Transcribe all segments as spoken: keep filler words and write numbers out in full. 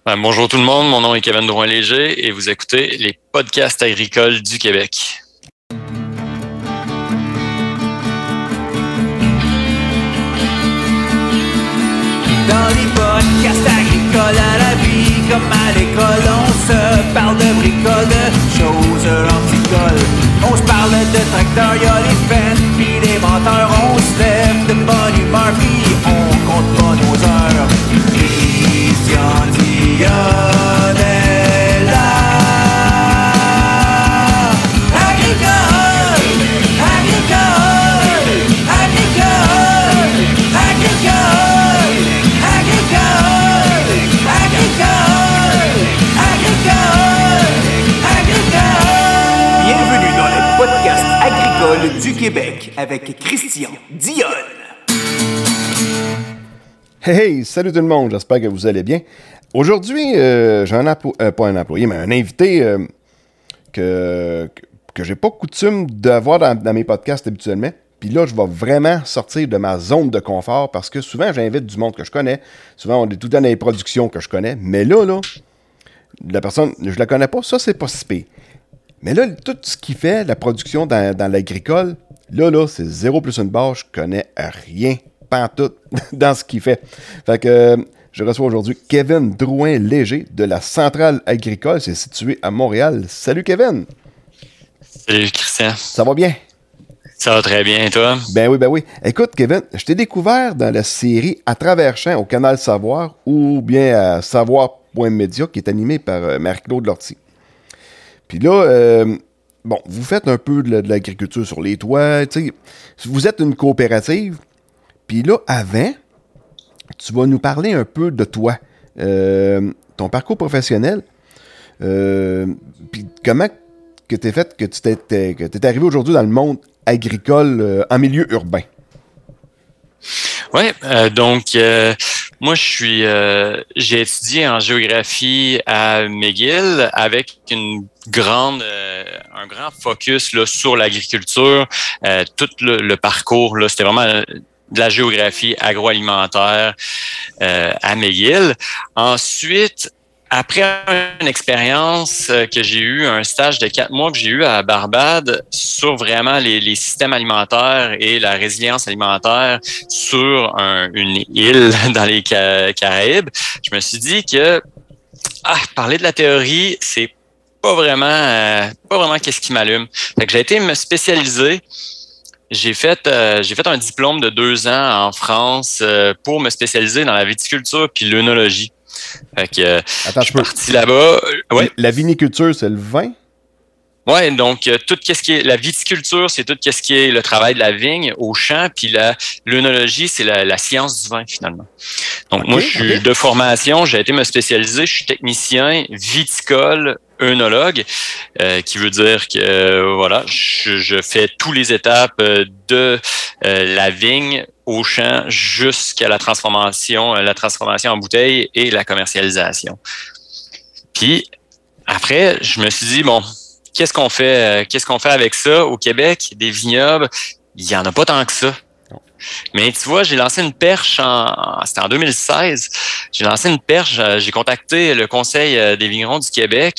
Ben, bonjour tout le monde, mon nom est Kevin Drouin-Léger et vous écoutez les podcasts agricoles du Québec. Dans les podcasts agricoles à la vie, comme à l'école, on se parle de bricoles, de choses anticoles. On se parle de tracteurs, y'a les fans, pis les menteurs. On se lève de bonne humeur, pis on compte pas nos heures. Christian Dionne est là. Agricole, agricole, agricole, agricole, agricole, agricole, agricole, agricole. Bienvenue dans le podcast agricole du Québec avec Christian Dionne. Hey, hey, salut tout le monde, j'espère que vous allez bien. Aujourd'hui, euh, j'ai un employé, euh, pas un employé, mais un invité euh, que, que, que j'ai pas coutume d'avoir dans, dans mes podcasts habituellement. Puis là, je vais vraiment sortir de ma zone de confort parce que souvent, j'invite du monde que je connais. Souvent, on est tout le temps dans les productions que je connais. Mais là, là, la personne, je la connais pas, ça, c'est pas si pire. Mais là, tout ce qui fait la production dans, dans l'agricole, là, là, c'est zéro plus une barre, je connais rien. Pantoute dans ce qu'il fait. Fait que euh, je reçois aujourd'hui Kevin Drouin-Léger de la Centrale Agricole. C'est situé à Montréal. Salut Kevin! Salut Christian. Ça va bien? Ça va très bien, et toi? Ben oui, ben oui. Écoute Kevin, je t'ai découvert dans la série À travers champs au Canal Savoir ou bien à savoir point media qui est animée par euh, Marie-Claude Lortie. Puis là, euh, bon, vous faites un peu de, de l'agriculture sur les toits. Tu sais, vous êtes une coopérative. Puis là, avant, tu vas nous parler un peu de toi, euh, ton parcours professionnel, euh, puis comment que tu es fait, que tu t'es, que tu es arrivé aujourd'hui dans le monde agricole euh, en milieu urbain. Oui, euh, donc euh, moi je suis, euh, j'ai étudié en géographie à McGill avec une grande, euh, un grand focus là, sur l'agriculture, euh, tout le, le parcours là, c'était vraiment de la géographie agroalimentaire euh, à McGill. Ensuite, après une expérience que j'ai eue, un stage de quatre mois que j'ai eu à Barbade sur vraiment les, les systèmes alimentaires et la résilience alimentaire sur un, une île dans les Caraïbes, je me suis dit que ah, parler de la théorie, c'est pas vraiment, euh, pas vraiment qu'est-ce qui m'allume. Fait que j'ai été me spécialiser. J'ai fait euh, j'ai fait un diplôme de deux ans en France euh, pour me spécialiser dans la viticulture puis l'œnologie. Fait que euh, Attends, je suis parti là-bas. Ouais. La viniculture, c'est le vin? Ouais, donc euh, tout ce qui est la viticulture, c'est tout ce qui est le travail de la vigne au champ, puis la l'œnologie, c'est la, la science du vin finalement. Donc okay, moi, je suis okay. de formation, j'ai été me spécialiser, je suis technicien viticole, œnologue, euh, qui veut dire que euh, voilà, je, je fais tous les étapes de euh, la vigne au champ jusqu'à la transformation, la transformation en bouteille et la commercialisation. Puis après, je me suis dit bon. Qu'est-ce qu'on fait, euh, qu'est-ce qu'on fait avec ça au Québec? Des vignobles, il y en a pas tant que ça. Mais tu vois, j'ai lancé une perche en, c'était en deux mille seize. J'ai lancé une perche, j'ai contacté le Conseil des vignerons du Québec.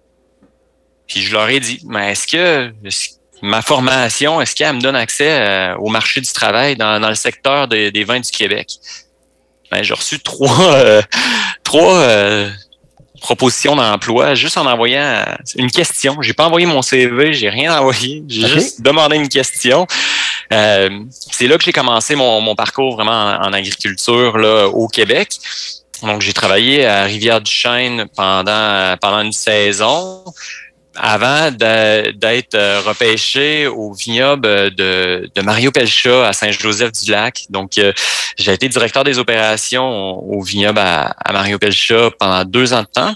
Puis je leur ai dit, mais est-ce que ma formation, est-ce qu'elle me donne accès euh, au marché du travail dans, dans le secteur des, des vins du Québec? Ben, j'ai reçu trois, euh, trois, euh, proposition d'emploi juste en envoyant une question. J'ai pas envoyé mon C V, j'ai rien envoyé. J'ai okay. juste demandé une question. Euh, c'est là que j'ai commencé mon, mon parcours vraiment en, en agriculture là, au Québec. Donc, j'ai travaillé à Rivière-du-Chêne pendant, pendant une saison avant de, d'être repêché au vignoble de, de Mario Pelchat à Saint-Joseph-du-Lac. Donc, euh, j'ai été directeur des opérations au, au vignoble à, à Mario Pelchat pendant deux ans de temps.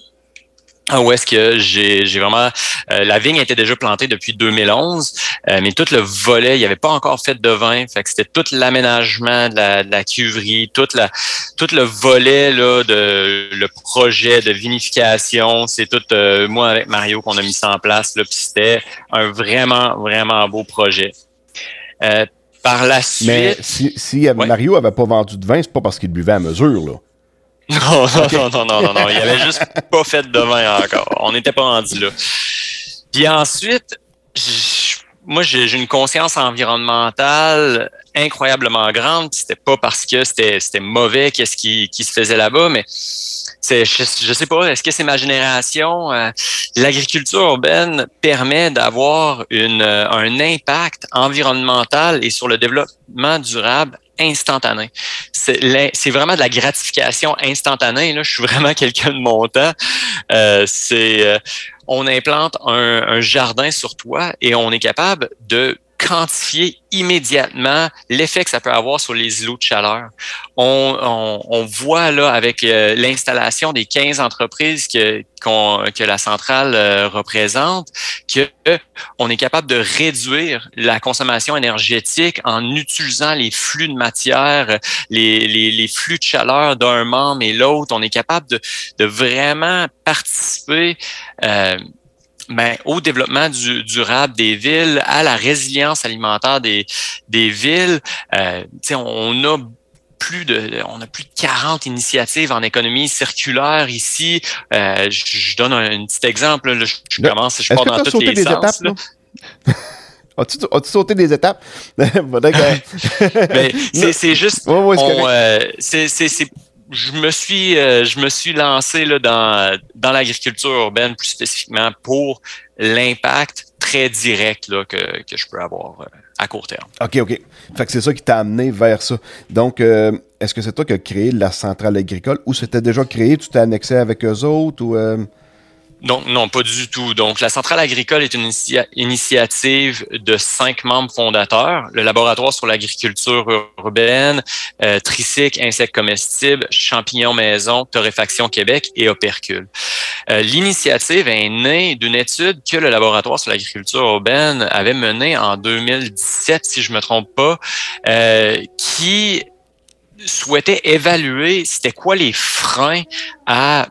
Où est-ce que j'ai, j'ai vraiment... Euh, la vigne était déjà plantée depuis deux mille onze, euh, mais tout le volet, il n'y avait pas encore fait de vin. Fait que c'était tout l'aménagement de la, de la cuverie, toute la, tout le volet là, de le projet de vinification. C'est tout euh, moi avec Mario qu'on a mis ça en place. Là, puis c'était un vraiment, vraiment beau projet. Euh, par la suite... Mais si, si ouais. Mario n'avait pas vendu de vin, c'est pas parce qu'il buvait à mesure, là. Non, non, okay. non, non, non, non, non. Il avait juste pas fait de vin encore. On n'était pas rendu là. Puis ensuite, j- moi, j'ai, j'ai une conscience environnementale incroyablement grande. C'était pas parce que c'était, c'était mauvais qu'est-ce qui, qui se faisait là-bas, mais c'est, je, je sais pas, est-ce que c'est ma génération? Euh, l'agriculture urbaine permet d'avoir une, un impact environnemental et sur le développement durable instantané. C'est, c'est vraiment de la gratification instantanée. Là, je suis vraiment quelqu'un de mon temps. Euh, c'est, euh, on implante un, un jardin sur toi et on est capable de quantifier immédiatement l'effet que ça peut avoir sur les îlots de chaleur. On, on, on voit là avec euh, l'installation des quinze entreprises que, qu'on, que la centrale euh, représente que euh, on est capable de réduire la consommation énergétique en utilisant les flux de matière, les, les, les flux de chaleur d'un membre et l'autre. On est capable de, de vraiment participer euh, Ben, au développement du, durable des villes, à la résilience alimentaire des, des villes. Euh, on, on a plus de on a plus de quarante initiatives en économie circulaire ici. Euh, je, je donne un, un petit exemple. Là, je, je commence, je pars dans toutes les sens. Étapes, là? As-tu, as-tu sauté des étapes? Ben, c'est, c'est juste... Ouais, ouais, c'est, on, euh, c'est, c'est, c'est Je me suis, euh, je me suis lancé là, dans, dans l'agriculture urbaine plus spécifiquement pour l'impact très direct là, que, que je peux avoir euh, à court terme. OK, OK. Fait que c'est ça qui t'a amené vers ça. Donc, euh, est-ce que c'est toi qui as créé la centrale agricole ou c'était déjà créé, tu t'es annexé avec eux autres ou... Euh... Donc, non, pas du tout. Donc, la centrale agricole est une initia- initiative de cinq membres fondateurs. Le laboratoire sur l'agriculture urbaine, euh, tricycle, insectes comestibles, champignons maison, torréfaction Québec et opercule. Euh, l'initiative est née d'une étude que le laboratoire sur l'agriculture urbaine avait menée en deux mille dix-sept, si je me trompe pas, euh, qui souhaitait évaluer c'était quoi les freins à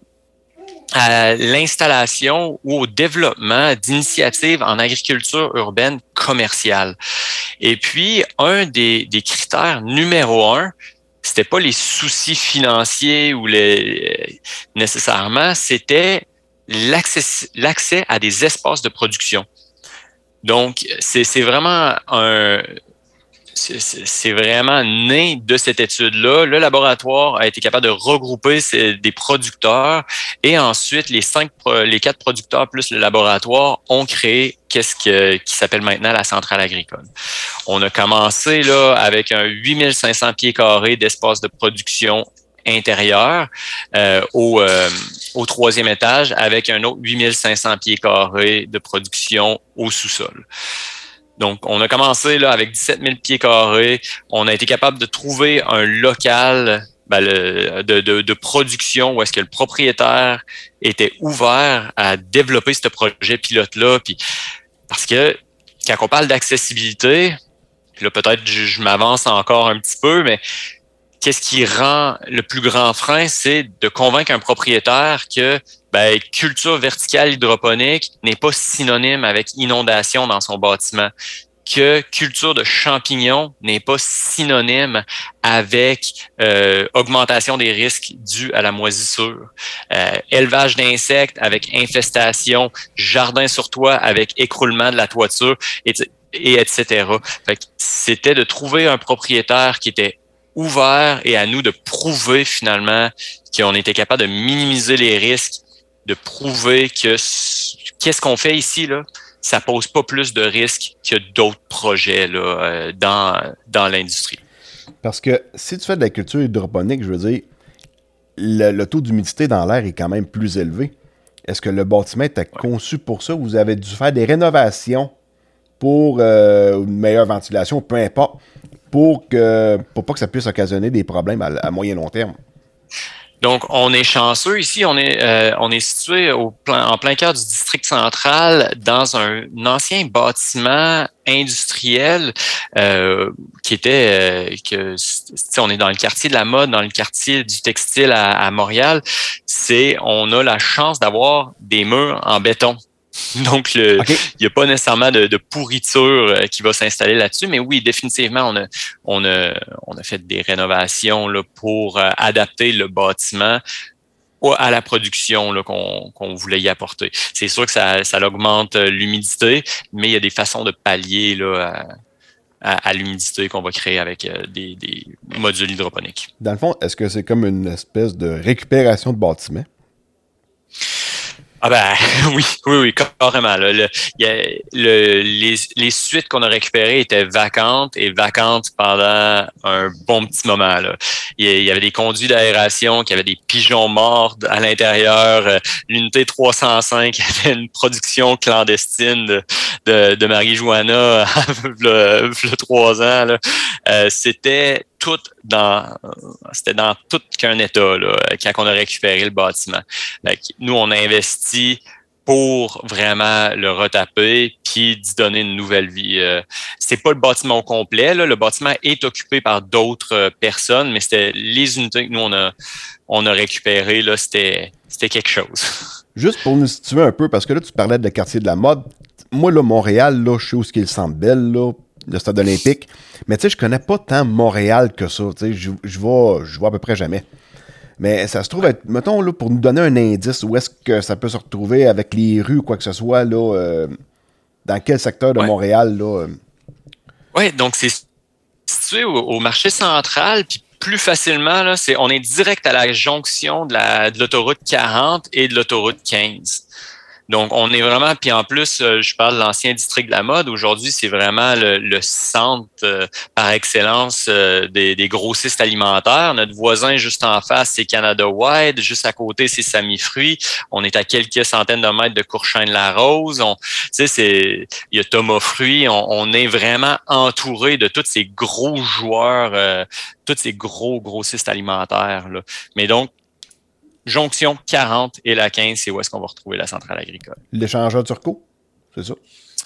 à l'installation ou au développement d'initiatives en agriculture urbaine commerciale. Et puis, un des, des critères numéro un, c'était pas les soucis financiers ou les nécessairement, c'était l'accès, l'accès à des espaces de production. Donc, c'est, c'est vraiment un... C'est, c'est vraiment né de cette étude-là. Le laboratoire a été capable de regrouper ces, des producteurs et ensuite les cinq, les quatre producteurs plus le laboratoire ont créé qu'est-ce que, qui s'appelle maintenant la centrale agricole. On a commencé là avec un huit mille cinq cents pieds carrés d'espace de production intérieur euh, au, euh, au troisième étage avec un autre huit mille cinq cents pieds carrés de production au sous-sol. Donc, on a commencé là avec dix-sept mille pieds carrés. On a été capable de trouver un local ben, le, de, de, de production où est-ce que le propriétaire était ouvert à développer ce projet pilote-là. Puis, parce que quand on parle d'accessibilité, puis là peut-être je, je m'avance encore un petit peu, mais qu'est-ce qui rend le plus grand frein, c'est de convaincre un propriétaire que ben, culture verticale hydroponique n'est pas synonyme avec inondation dans son bâtiment, que culture de champignons n'est pas synonyme avec euh, augmentation des risques dus à la moisissure, euh, élevage d'insectes avec infestation, jardin sur toit avec écroulement de la toiture, et, et et cetera. Fait que c'était de trouver un propriétaire qui était ouvert et à nous de prouver finalement qu'on était capable de minimiser les risques, de prouver que qu'est-ce qu'on fait ici, là, ça pose pas plus de risques que d'autres projets là, dans, dans l'industrie. Parce que si tu fais de la culture hydroponique, je veux dire, le, le taux d'humidité dans l'air est quand même plus élevé. Est-ce que le bâtiment était ouais. conçu pour ça? Vous avez dû faire des rénovations pour euh, une meilleure ventilation, peu importe, pour que pour pas que ça puisse occasionner des problèmes à, à moyen long terme. Donc, on est chanceux ici. On est euh, on est situé au plein, en plein cœur du district central, dans un, un ancien bâtiment industriel euh, qui était euh, que on est dans le quartier de la mode, dans le quartier du textile à, à Montréal. C'est on a la chance d'avoir des murs en béton. Donc, il okay. n'y a pas nécessairement de, de pourriture euh, qui va s'installer là-dessus. Mais oui, définitivement, on a, on a, on a fait des rénovations là, pour euh, adapter le bâtiment à la production là, qu'on, qu'on voulait y apporter. C'est sûr que ça, ça augmente l'humidité, mais il y a des façons de pallier là, à, à, à l'humidité qu'on va créer avec euh, des, des modules hydroponiques. Dans le fond, est-ce que c'est comme une espèce de récupération de bâtiment? Ah ben oui, oui, oui, carrément. Là. Le, y a, le, les, les suites qu'on a récupérées étaient vacantes et vacantes pendant un bon petit moment. Là. Il y avait des conduits d'aération qui avaient des pigeons morts à l'intérieur. L'unité trois cent cinq avait une production clandestine de, de, de Marie-Joanna il y a trois ans. Là. Euh, c'était tout dans c'était dans tout qu'un état là, quand on a récupéré le bâtiment. Nous, on a investi pour vraiment le retaper puis d'y donner une nouvelle vie. Euh, c'est pas le bâtiment au complet, là. Le bâtiment est occupé par d'autres euh, personnes, mais c'était les unités que nous on a on a récupérées, là, c'était c'était quelque chose. Juste pour nous situer un peu, parce que là, tu parlais de quartier de la mode. Moi, là, Montréal, là, je sais où est-ce qu'il y a le Centre Bell, là, le stade olympique. Mais tu sais, je connais pas tant Montréal que ça. Tu sais, je, je vois, je vois à peu près jamais. Mais ça se trouve être, mettons, là, pour nous donner un indice, où est-ce que ça peut se retrouver avec les rues ou quoi que ce soit, là, euh, dans quel secteur de ouais. Montréal, là? Euh... Oui, donc c'est situé au, au marché central, puis plus facilement, là, c'est, on est direct à la jonction de, la, de l'autoroute quarante et de l'autoroute quinze. Donc, on est vraiment, puis en plus, euh, je parle de l'ancien district de la mode. Aujourd'hui, c'est vraiment le, le centre euh, par excellence euh, des, des grossistes alimentaires. Notre voisin juste en face, c'est Canada Wide. Juste à côté, c'est Samy Fruits. On est à quelques centaines de mètres de Courchesne-la-Rose. On, tu sais, c'est, il y a Thomas Fruits. On, on est vraiment entouré de tous ces gros joueurs, euh, tous ces gros grossistes alimentaires, là. Mais donc, jonction quarante et la quinze, c'est où est-ce qu'on va retrouver la centrale agricole. L'échangeur Turcot, c'est ça?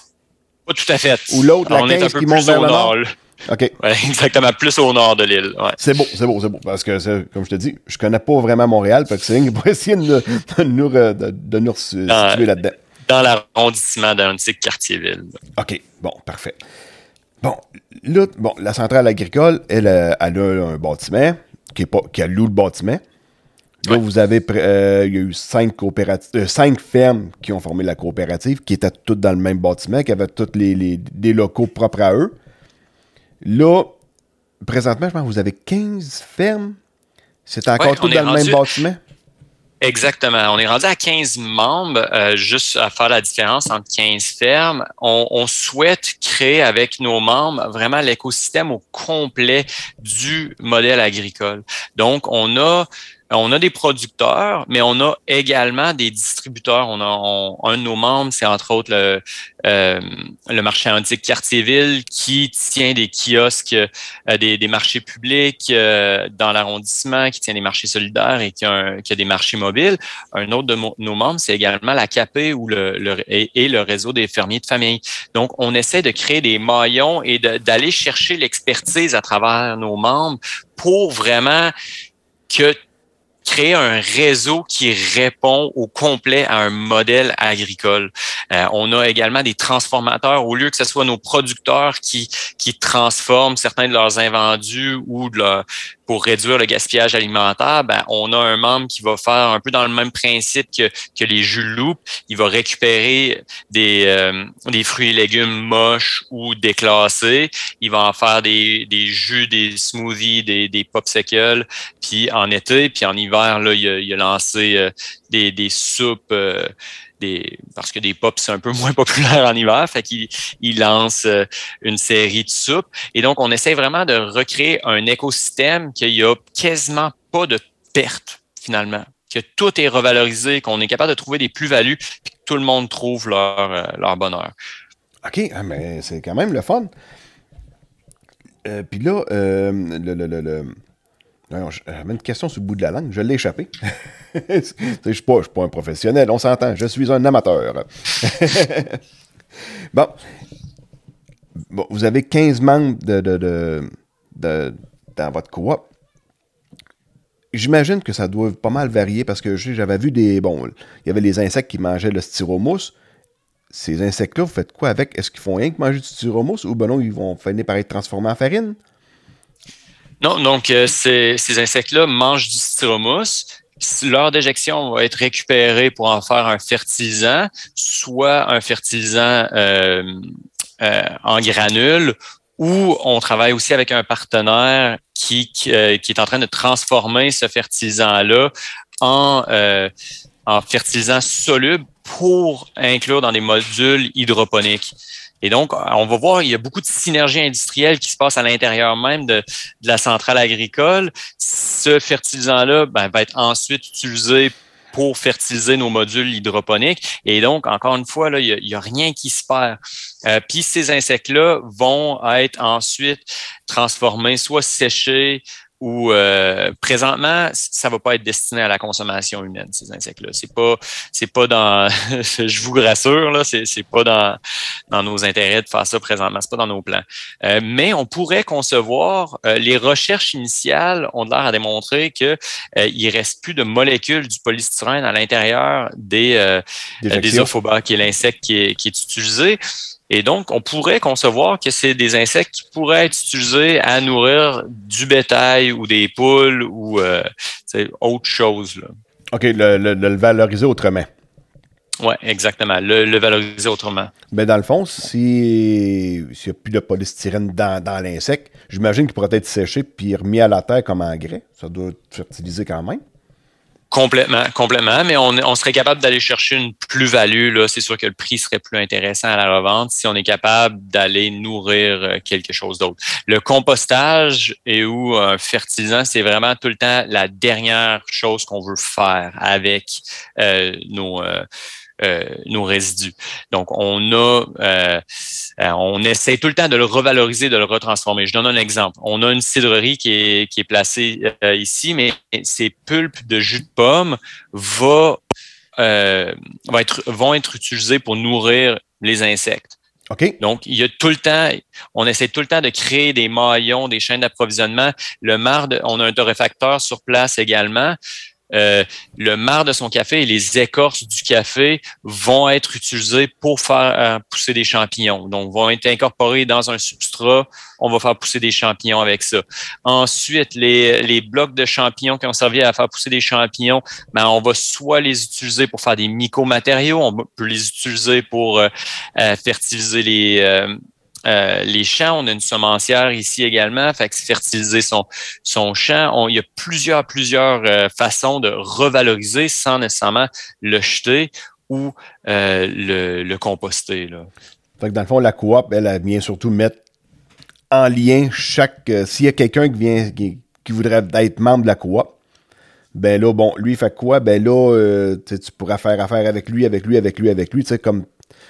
Pas tout à fait. Ou l'autre, la on quinze est un peu qui plus monte vers au le nord. nord? OK. Ouais, exactement, plus au nord de l'île. Ouais. C'est beau, c'est beau, c'est beau. Parce que, c'est, comme je te dis, je connais pas vraiment Montréal, fait que c'est pour essayer de, de, nous, de, de nous situer dans, là-dedans. Dans l'arrondissement d'Antique Cartierville. OK, bon, parfait. Bon, là, bon, la centrale agricole, elle, elle a un bâtiment qui, est pas, qui a loué le bâtiment. Là, ouais. vous avez, euh, il y a eu cinq coopératives, euh, cinq fermes qui ont formé la coopérative, qui étaient toutes dans le même bâtiment, qui avaient tous les, les, des locaux propres à eux. Là, présentement, je pense que vous avez quinze fermes. C'est encore ouais, tout dans rendu... le même bâtiment? Exactement. On est rendu à quinze membres, euh, juste à faire la différence entre quinze fermes. On, on souhaite créer avec nos membres vraiment l'écosystème au complet du modèle agricole. Donc, on a On a des producteurs, mais on a également des distributeurs. On a on, un de nos membres, c'est entre autres le, euh, le marché antique Cartierville qui tient des kiosques, euh, des, des marchés publics euh, dans l'arrondissement, qui tient des marchés solidaires et qui a, un, qui a des marchés mobiles. Un autre de mo- nos membres, c'est également la C A P ou le, le, et, et le réseau des fermiers de famille. Donc, on essaie de créer des maillons et de, d'aller chercher l'expertise à travers nos membres pour vraiment que créer un réseau qui répond au complet à un modèle agricole. Euh, on a également des transformateurs, au lieu que ce soit nos producteurs qui qui transforment certains de leurs invendus ou de leur, pour réduire le gaspillage alimentaire, ben on a un membre qui va faire un peu dans le même principe que que les jus Loop. Il va récupérer des euh, des fruits et légumes moches ou déclassés. Il va en faire des des jus, des smoothies, des des popsicles. Puis en été, puis en hiver, là, il a, il a lancé euh, des des soupes. Euh, Des, parce que des pops, c'est un peu moins populaire en hiver, fait qu'il il lance euh, une série de soupes. Et donc, on essaie vraiment de recréer un écosystème qu'il n'y a quasiment pas de perte, finalement, que tout est revalorisé, qu'on est capable de trouver des plus-values, puis que tout le monde trouve leur, euh, leur bonheur. OK, ah, mais c'est quand même le fun. Euh, puis là, euh, le... le, le, le... Non, j'avais une question sur le bout de la langue, je l'ai échappé. Je ne suis pas, pas un professionnel, on s'entend, je suis un amateur. bon. bon, vous avez quinze membres de, de, de, de, dans votre coop. J'imagine que ça doit pas mal varier parce que j'avais vu des... Bon, il y avait les insectes qui mangeaient le styromousse. ces insectes-là, vous faites quoi avec? Est-ce qu'ils font rien que manger du styromousse ou ben non, ils vont finir par être transformés en farine? Non, donc euh, ces, ces insectes-là mangent du styromousse. Leur déjection va être récupérée pour en faire un fertilisant, soit un fertilisant euh, euh, en granules, ou on travaille aussi avec un partenaire qui, qui, euh, qui est en train de transformer ce fertilisant-là en, euh, en fertilisant soluble pour inclure dans des modules hydroponiques. Et donc, on va voir, il y a beaucoup de synergie industrielle qui se passe à l'intérieur même de, de la centrale agricole. Ce fertilisant-là ben, va être ensuite utilisé pour fertiliser nos modules hydroponiques. Et donc, encore une fois, là, il n'y a, a rien qui se perd. Euh, puis ces insectes-là vont être ensuite transformés, soit séchés, ou euh, présentement, ça va pas être destiné à la consommation humaine, ces insectes-là. C'est pas, c'est pas dans, je vous rassure, là, c'est, c'est pas dans, dans nos intérêts de faire ça présentement, c'est pas dans nos plans. Euh, mais on pourrait concevoir, euh, les recherches initiales ont l'air à démontrer que euh, il reste plus de molécules du polystyrène à l'intérieur des, euh, des ophobas, qui est l'insecte qui est, qui est utilisé. Et donc, on pourrait concevoir que c'est des insectes qui pourraient être utilisés à nourrir du bétail ou des poules ou euh, autre chose. Là. OK, le, le, le valoriser autrement. Oui, exactement. Le, le valoriser autrement. Mais dans le fond, si, s'il n'y a plus de polystyrène dans, dans l'insecte, j'imagine qu'il pourrait être séché puis remis à la terre comme engrais. Ça doit être fertilisé quand même. Complètement, complètement, mais on, on serait capable d'aller chercher une plus-value. Là, c'est sûr que le prix serait plus intéressant à la revente si on est capable d'aller nourrir quelque chose d'autre. Le compostage et ou un fertilisant, c'est vraiment tout le temps la dernière chose qu'on veut faire avec euh, nos euh, Euh, nos résidus. Donc, on a, euh, on essaie tout le temps de le revaloriser, de le retransformer. Je donne un exemple. On a une cidrerie qui est, qui est placée euh, ici, mais ces pulpes de jus de pomme va, euh, va être, vont être utilisées pour nourrir les insectes. Okay. Donc, il y a tout le temps, on essaie tout le temps de créer des maillons, des chaînes d'approvisionnement. Le marc, on a un torréfacteur sur place également. Euh, le marc de son café et les écorces du café vont être utilisés pour faire euh, pousser des champignons. Donc, vont être incorporés dans un substrat. On va faire pousser des champignons avec ça. Ensuite, les, les blocs de champignons qui ont servi à faire pousser des champignons, ben, on va soit les utiliser pour faire des mycomatériaux, on peut les utiliser pour euh, euh, fertiliser les... Euh, Euh, les champs, on a une semencière ici également, fait que fertiliser son son champ. On, il y a plusieurs plusieurs euh, façons de revaloriser sans nécessairement le jeter ou euh, le, le composter. Là. Fait que dans le fond, la coop, elle, elle vient surtout mettre en lien chaque. Euh, s'il y a quelqu'un qui vient qui, qui voudrait être membre de la coop, ben là, bon, lui il fait quoi? Ben là, euh, tu pourras faire affaire avec lui, avec lui, avec lui, avec lui, tu sais, comme.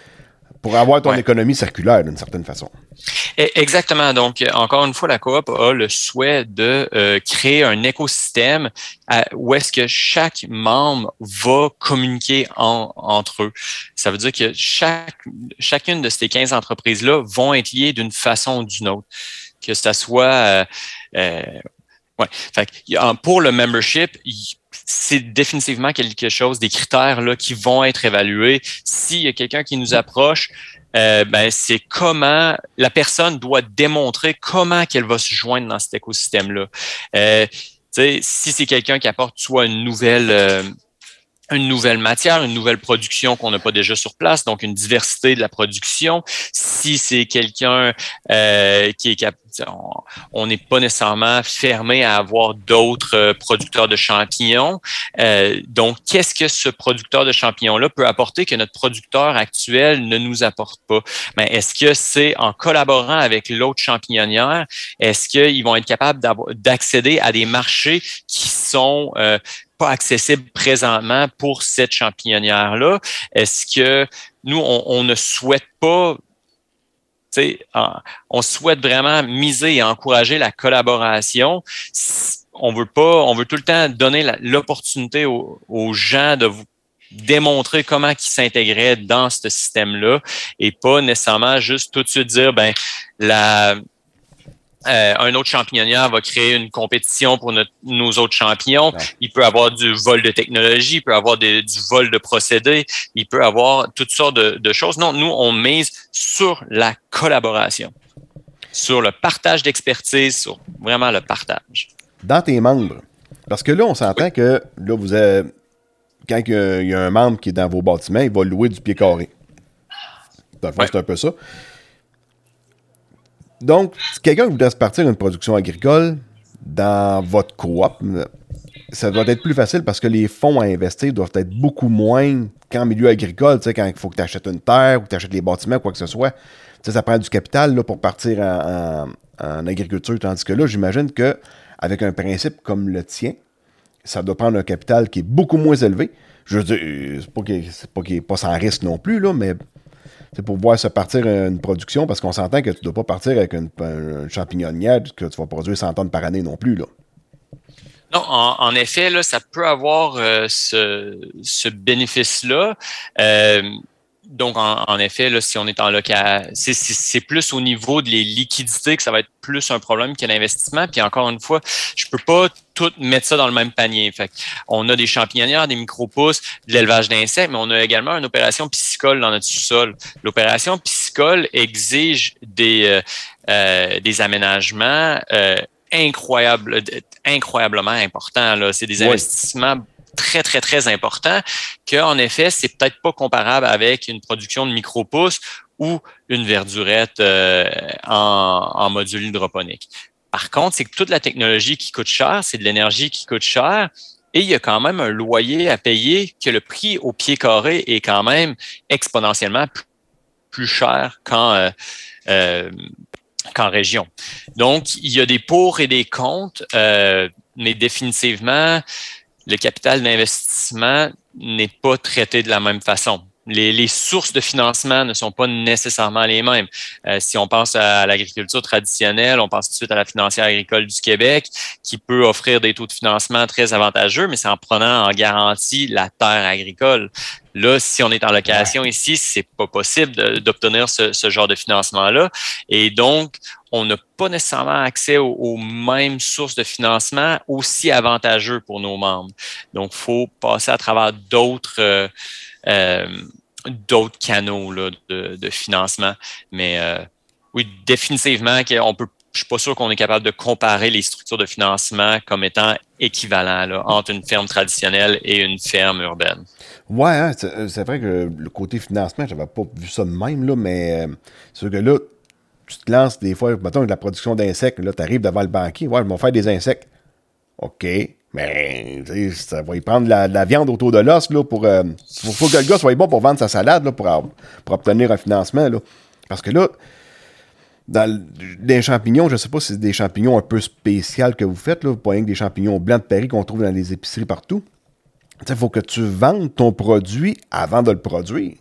Pour avoir ton ouais. économie circulaire, d'une certaine façon. Exactement. Donc, encore une fois, la coop a le souhait de euh, créer un écosystème à, où est-ce que chaque membre va communiquer en, entre eux. Ça veut dire que chaque, chacune de ces quinze entreprises-là vont être liées d'une façon ou d'une autre. Que ce soit... Euh, euh, ouais. Fait que, pour le membership, il, c'est définitivement quelque chose, des critères là, qui vont être évalués. S'il y a quelqu'un qui nous approche, euh, ben, c'est comment la personne doit démontrer comment qu'elle va se joindre dans cet écosystème-là. Euh, si c'est quelqu'un qui apporte soit une nouvelle... Euh, une nouvelle matière, une nouvelle production qu'on n'a pas déjà sur place, donc une diversité de la production. Si c'est quelqu'un euh, qui est capable, on n'est pas nécessairement fermé à avoir d'autres euh, producteurs de champignons. Euh, donc, qu'est-ce que ce producteur de champignons-là peut apporter que notre producteur actuel ne nous apporte pas? Ben, est-ce que c'est en collaborant avec l'autre champignonnière, est-ce qu'ils vont être capables d'accéder à des marchés qui sont euh, pas accessible présentement pour cette champignonnière-là? Est-ce que nous, on, on ne souhaite pas, tu sais, on souhaite vraiment miser et encourager la collaboration. On veut pas, on veut tout le temps donner la, l'opportunité aux, aux gens de vous démontrer comment ils s'intégraient dans ce système-là et pas nécessairement juste tout de suite dire, ben, la... Euh, un autre champignonnière va créer une compétition pour notre, nos autres champignons. Ouais. Il peut avoir du vol de technologie, il peut avoir des, du vol de procédés, il peut avoir toutes sortes de, de choses. Non, nous, on mise sur la collaboration, sur le partage d'expertise, sur vraiment le partage. Dans tes membres, parce que là, on s'entend oui. que là, vous avez, quand il y a un membre qui est dans vos bâtiments, il va louer du pied carré. Dans le fond, ouais. c'est un peu ça. Donc, si quelqu'un voudrait se partir une production agricole dans votre coop, ça doit être plus facile parce que les fonds à investir doivent être beaucoup moins qu'en milieu agricole, tu sais, quand il faut que tu achètes une terre ou que tu achètes les bâtiments, quoi que ce soit. Tu sais, ça prend du capital là, pour partir en, en, en agriculture, tandis que là, j'imagine qu'avec un principe comme le tien, ça doit prendre un capital qui est beaucoup moins élevé. Je veux dire, c'est pas qu'il c'est pas, qu'il est pas sans risque non plus, là, mais c'est pour pouvoir se partir une production, parce qu'on s'entend que tu ne dois pas partir avec une, une champignonnière que tu vas produire cent tonnes par année non plus, là. Non, en, en effet, là, ça peut avoir euh, ce, ce bénéfice-là. Euh, donc, en, en effet, là, si on est en local, c'est, c'est, c'est plus au niveau de les liquidités que ça va être plus un problème que l'investissement. Puis encore une fois, je peux pas tout mettre ça dans le même panier. Fait on a des champignonnières, des micro-pousses, de l'élevage d'insectes, mais on a également une opération piscicole dans notre sous-sol. L'opération piscicole exige des, euh, euh, des aménagements euh, incroyables, incroyablement importants, là. C'est des oui. investissements très, très, très important, qu'en effet, c'est peut-être pas comparable avec une production de micro-pousses ou une verdurette euh, en, en module hydroponique. Par contre, c'est que toute la technologie qui coûte cher, c'est de l'énergie qui coûte cher, et il y a quand même un loyer à payer que le prix au pied carré est quand même exponentiellement plus, plus cher qu'en, euh, euh, qu'en région. Donc, il y a des pour et des contre, euh, mais définitivement, le capital d'investissement n'est pas traité de la même façon. Les, les sources de financement ne sont pas nécessairement les mêmes. Euh, si on pense à l'agriculture traditionnelle, on pense tout de suite à la financière agricole du Québec, qui peut offrir des taux de financement très avantageux, mais c'est en prenant en garantie la terre agricole. Là, si on est en location ici, c'est pas possible de, d'obtenir ce, ce genre de financement-là. Et donc, on n'a pas nécessairement accès aux, aux mêmes sources de financement aussi avantageux pour nos membres. Donc, il faut passer à travers d'autres euh, euh, d'autres canaux là, de, de financement. Mais euh, oui, définitivement, on peut, je suis pas sûr qu'on est capable de comparer les structures de financement comme étant équivalents là, entre une ferme traditionnelle et une ferme urbaine. Ouais, hein, c'est, c'est vrai que le côté financement, j'avais pas vu ça de même, là, mais euh, c'est sûr que là, tu te lances des fois, mettons, avec la production d'insectes, là, tu arrives devant le banquier, ouais, je vais faire des insectes. OK, mais ça va y prendre de la, de la viande autour de l'os, là, pour... Euh, faut, faut que le gars soit bon pour vendre sa salade, là, pour, pour obtenir un financement, là. Parce que là, dans les champignons, je sais pas si c'est des champignons un peu spéciaux que vous faites, là, pas rien que des champignons blancs de Paris qu'on trouve dans les épiceries partout. Il faut que tu vendes ton produit avant de le produire.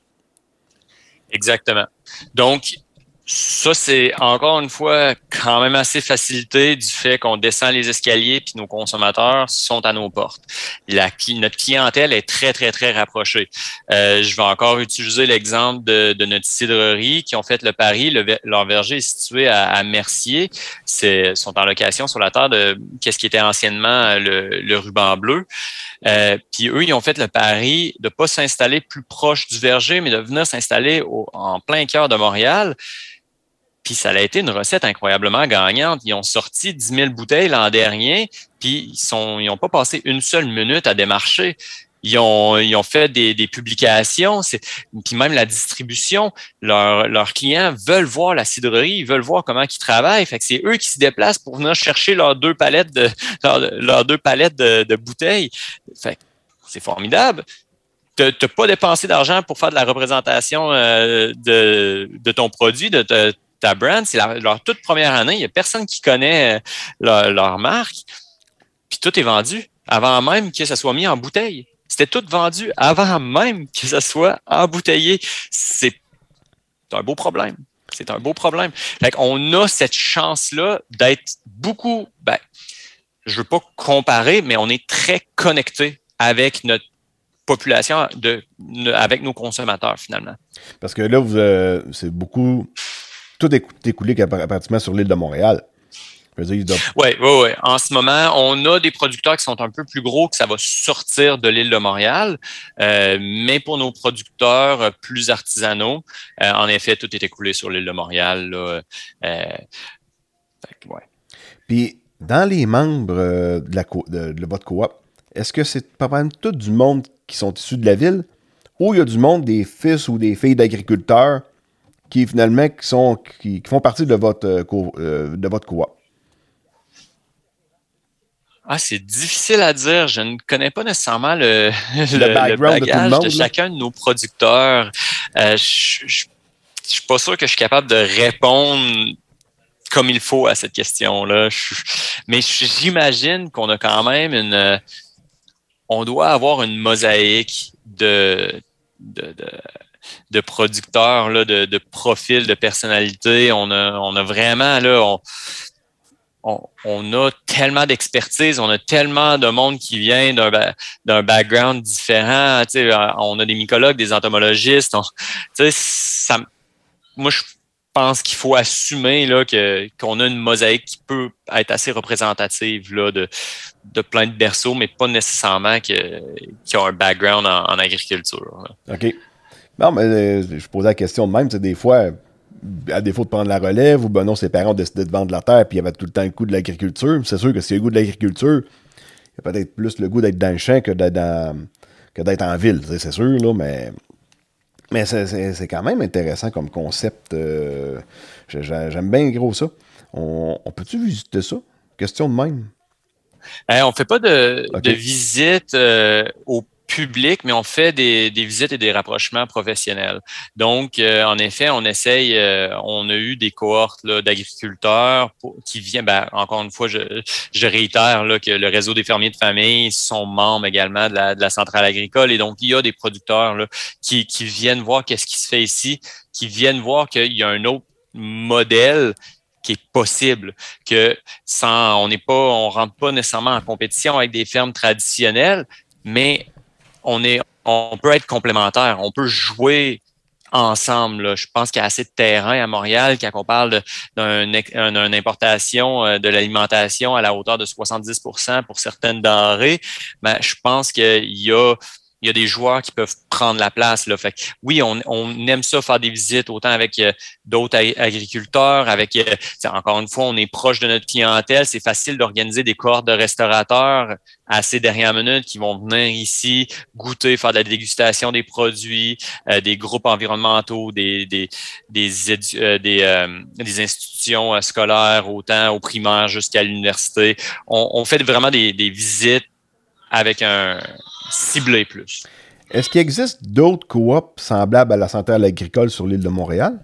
Exactement. Donc, ça, c'est encore une fois quand même assez facilité du fait qu'on descend les escaliers puis nos consommateurs sont à nos portes. La, notre clientèle est très, très, très rapprochée. Euh, je vais encore utiliser l'exemple de, de notre cidrerie qui ont fait le pari. Le, leur verger est situé à, à Mercier. Ils sont en location sur la terre de qu'est-ce qui était anciennement le, le ruban bleu. Euh, puis eux, ils ont fait le pari de pas s'installer plus proche du verger, mais de venir s'installer au, en plein cœur de Montréal. Puis ça a été une recette incroyablement gagnante. Ils ont sorti dix mille bouteilles l'an dernier, puis ils sont, ils ont pas passé une seule minute à démarcher. Ils ont, ils ont fait des, des publications, c'est, puis même la distribution. Leurs, leurs clients veulent voir la cidrerie, ils veulent voir comment ils travaillent. Fait que c'est eux qui se déplacent pour venir chercher leurs deux palettes de, leurs, leurs deux palettes de, de bouteilles. Fait que c'est formidable. Tu n'as pas dépensé d'argent pour faire de la représentation euh, de, de ton produit, de, de ta brand. C'est la, leur toute première année. Il n'y a personne qui connaît leur, leur marque. Puis tout est vendu avant même que ça soit mis en bouteille. C'était tout vendu avant même que ça soit embouteillé. C'est un beau problème. C'est un beau problème. Fait qu'on a cette chance-là d'être beaucoup, ben, je ne veux pas comparer, mais on est très connecté avec notre population, de, avec nos consommateurs, finalement. Parce que là, vous, euh, c'est beaucoup... Tout est écoulé pratiquement sur l'île de Montréal. Oui, oui, oui. En ce moment, on a des producteurs qui sont un peu plus gros, que ça va sortir de l'île de Montréal. Euh, mais pour nos producteurs plus artisanaux, euh, en effet, tout est écoulé sur l'île de Montréal. Là. Euh, fait, ouais. Puis, dans les membres euh, de, la co- de, de votre coop, est-ce que c'est pas mal tout du monde qui sont issus de la ville ou il y a du monde, des fils ou des filles d'agriculteurs qui, finalement, qui, sont, qui, qui font partie de votre, co- euh, de votre coop? Ah, c'est difficile à dire. Je ne connais pas nécessairement le, Le, le, background le bagage de, tout le monde, de chacun de nos producteurs. Euh, je ne suis pas sûr que je suis capable de répondre comme il faut à cette question-là. Je, mais j'imagine qu'on a quand même une... On doit avoir une mosaïque de... de, de de producteurs, là, de, de profils, de personnalités. On a, on a vraiment... là, on, On, on a tellement d'expertise, on a tellement de monde qui vient d'un, d'un background différent. Tu sais, on a des mycologues, des entomologistes. On, tu sais, ça, moi, je pense qu'il faut assumer là, que, qu'on a une mosaïque qui peut être assez représentative là, de, de plein de berceaux, mais pas nécessairement que, qui ont un background en, en agriculture. Là. OK. Non, mais euh, je posais la question de même. Des fois, à défaut de prendre la relève, ou ben non, ses parents ont décidé de vendre la terre, puis il y avait tout le temps le goût de l'agriculture. C'est sûr que s'il y a le goût de l'agriculture, il y a peut-être plus le goût d'être dans le champ que d'être, dans, que d'être en ville, c'est sûr, là, mais, mais c'est, c'est, c'est quand même intéressant comme concept. Euh, j'aime bien gros ça. On, on peut-tu visiter ça? Question de même. Hey, on ne fait pas de, okay. de visite euh, au public, mais on fait des, des visites et des rapprochements professionnels. Donc, euh, en effet, on essaye, euh, on a eu des cohortes là, d'agriculteurs pour, qui viennent, ben, encore une fois, je, je réitère là, que le réseau des fermiers de famille sont membres également de la, de la centrale agricole et donc il y a des producteurs là, qui, qui viennent voir qu'est-ce qui se fait ici, qui viennent voir qu'il y a un autre modèle qui est possible, que sans, on n'est pas, on rentre pas nécessairement en compétition avec des fermes traditionnelles, mais on est, on peut être complémentaires, on peut jouer ensemble. Là. Je pense qu'il y a assez de terrain à Montréal quand on parle d'une importation de l'alimentation à la hauteur de soixante-dix pour cent pour certaines denrées. Ben, je pense qu'il y a Il y a des joueurs qui peuvent prendre la place. Là. Fait que, oui, on, on aime ça faire des visites autant avec euh, d'autres ag- agriculteurs, avec euh, encore une fois, on est proche de notre clientèle. C'est facile d'organiser des cohortes de restaurateurs à ces dernières minutes qui vont venir ici goûter, faire de la dégustation des produits, euh, des groupes environnementaux, des des des, édu- euh, des, euh, des institutions euh, scolaires, autant au primaire jusqu'à l'université. On, on fait vraiment des, des visites avec un ciblé plus. Est-ce qu'il existe d'autres coops semblables à la centrale agricole sur l'île de Montréal?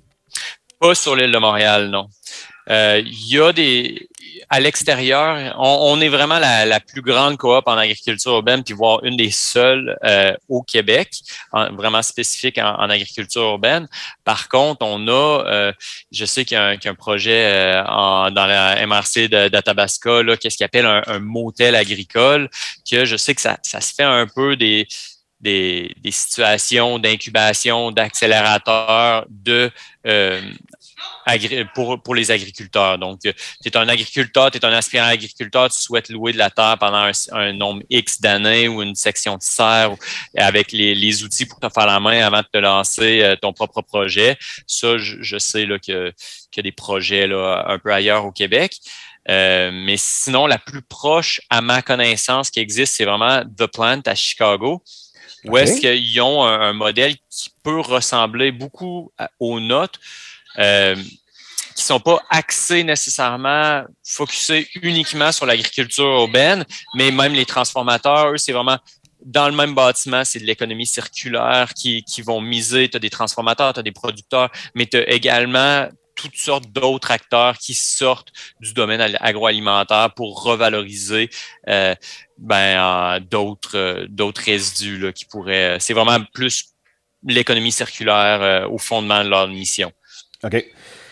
Pas sur l'île de Montréal, non. Il euh, y a des... À l'extérieur, on, on est vraiment la, la plus grande coop en agriculture urbaine, puis voire une des seules euh, au Québec, en, vraiment spécifique en, en agriculture urbaine. Par contre, on a, euh, je sais qu'il y a un, qu'il y a un projet euh, en, dans la M R C de, d'Athabasca, là, qu'est-ce qu'il appelle un, un motel agricole, que je sais que ça, ça se fait un peu des... Des, des situations d'incubation, d'accélérateur, de euh, agri- pour, pour les agriculteurs. Donc, tu es un agriculteur, tu es un aspirant agriculteur, tu souhaites louer de la terre pendant un, un nombre X d'années ou une section de serre avec les, les outils pour te faire la main avant de te lancer euh, ton propre projet. Ça, je, je sais là, que, qu'il y a des projets là, un peu ailleurs au Québec. Euh, mais sinon, la plus proche, à ma connaissance, qui existe, c'est vraiment The Plant à Chicago. Où okay. Est-ce qu'ils ont un, un modèle qui peut ressembler beaucoup à, aux nôtres, euh, qui ne sont pas axés nécessairement, focusés uniquement sur l'agriculture urbaine, mais même les transformateurs, eux, c'est vraiment dans le même bâtiment, c'est de l'économie circulaire qui, qui vont miser. Tu as des transformateurs, tu as des producteurs, mais tu as également toutes sortes d'autres acteurs qui sortent du domaine agroalimentaire pour revaloriser euh, ben, euh, d'autres, euh, d'autres résidus là, qui pourraient... C'est vraiment plus l'économie circulaire euh, au fondement de leur mission. OK.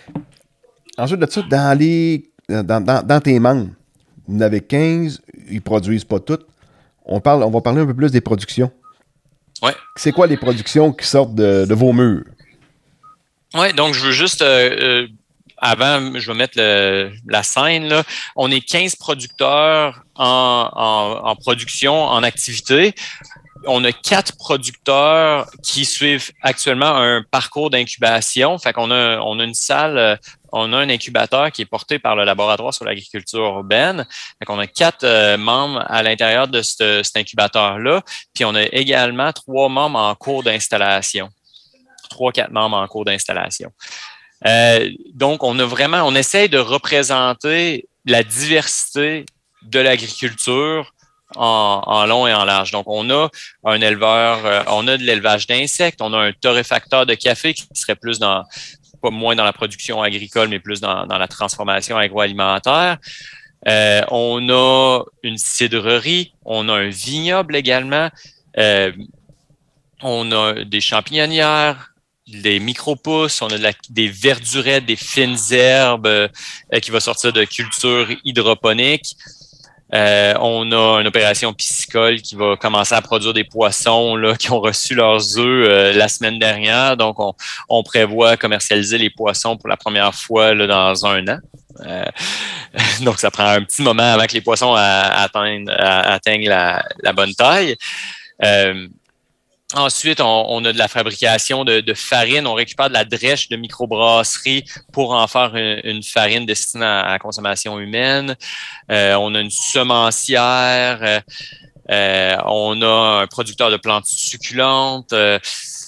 Ensuite de ça, dans, les, dans, dans, dans tes membres, vous en avez quinze, ils ne produisent pas toutes. On, parle, on va parler un peu plus des productions. Oui. C'est quoi les productions qui sortent de, de vos murs? Oui, donc je veux juste euh, euh, avant, je vais mettre le, la scène, là. On est quinze producteurs en, en, en production, en activité. On a quatre producteurs qui suivent actuellement un parcours d'incubation. Fait qu'on a, on a une salle, on a un incubateur qui est porté par le laboratoire sur l'agriculture urbaine. Fait qu'on a quatre euh, membres à l'intérieur de ce, cet incubateur-là. Puis on a également trois membres en cours d'installation. Trois, quatre membres en cours d'installation. Euh, donc, on a vraiment, on essaye de représenter la diversité de l'agriculture en, en long et en large. Donc, on a un éleveur, euh, on a de l'élevage d'insectes, on a un torréfacteur de café qui serait plus dans, pas moins dans la production agricole, mais plus dans, dans la transformation agroalimentaire. Euh, on a une cidrerie, on a un vignoble également, euh, on a des champignonnières, des micro-pousses, on a de la, des verdurettes, des fines herbes euh, qui va sortir de culture hydroponique. Euh, on a une opération piscicole qui va commencer à produire des poissons là, qui ont reçu leurs œufs euh, la semaine dernière. Donc, on, on prévoit commercialiser les poissons pour la première fois là, dans un an. Euh, donc, ça prend un petit moment avant que les poissons a, atteignent, a, atteignent la, la bonne taille. Euh, Ensuite, on, on a de la fabrication de, de farine. On récupère de la drèche de microbrasserie pour en faire une, une farine destinée à, à la consommation humaine. Euh, on a une semencière. Euh, euh, on a un producteur de plantes succulentes. Euh,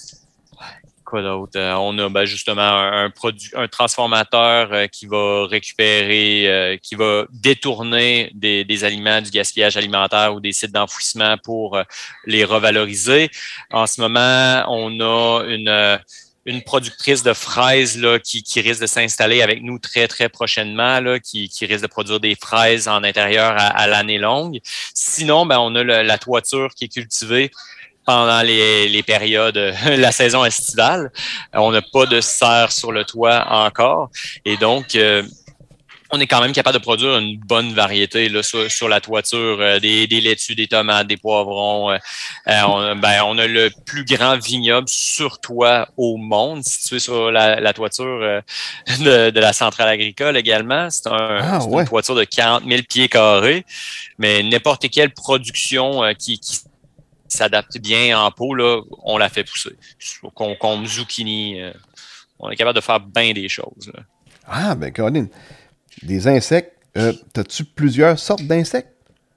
quoi d'autre? Euh, on a ben, justement un, un, produit, un transformateur euh, qui va récupérer, euh, qui va détourner des, des aliments, du gaspillage alimentaire ou des sites d'enfouissement pour euh, les revaloriser. En ce moment, on a une, euh, une productrice de fraises là, qui, qui risque de s'installer avec nous très, très prochainement, là, qui, qui risque de produire des fraises en intérieur à, à l'année longue. Sinon, ben, on a le, la toiture qui est cultivée pendant les, les périodes, la saison estivale. On n'a pas de serre sur le toit encore. Et donc, euh, on est quand même capable de produire une bonne variété là, sur, sur la toiture, euh, des, des laitues, des tomates, des poivrons. Euh, on, ben, on a le plus grand vignoble sur toit au monde, situé sur la, la toiture euh, de, de la centrale agricole également. C'est, un, ah, c'est ouais. une toiture de quarante mille pieds carrés, mais n'importe quelle production euh, qui, qui s'adapte bien en pot, là, on la fait pousser. Concombre, zucchini, euh, on est capable de faire bien des choses. Là. Ah, ben Caroline, des insectes, euh, as-tu plusieurs sortes d'insectes?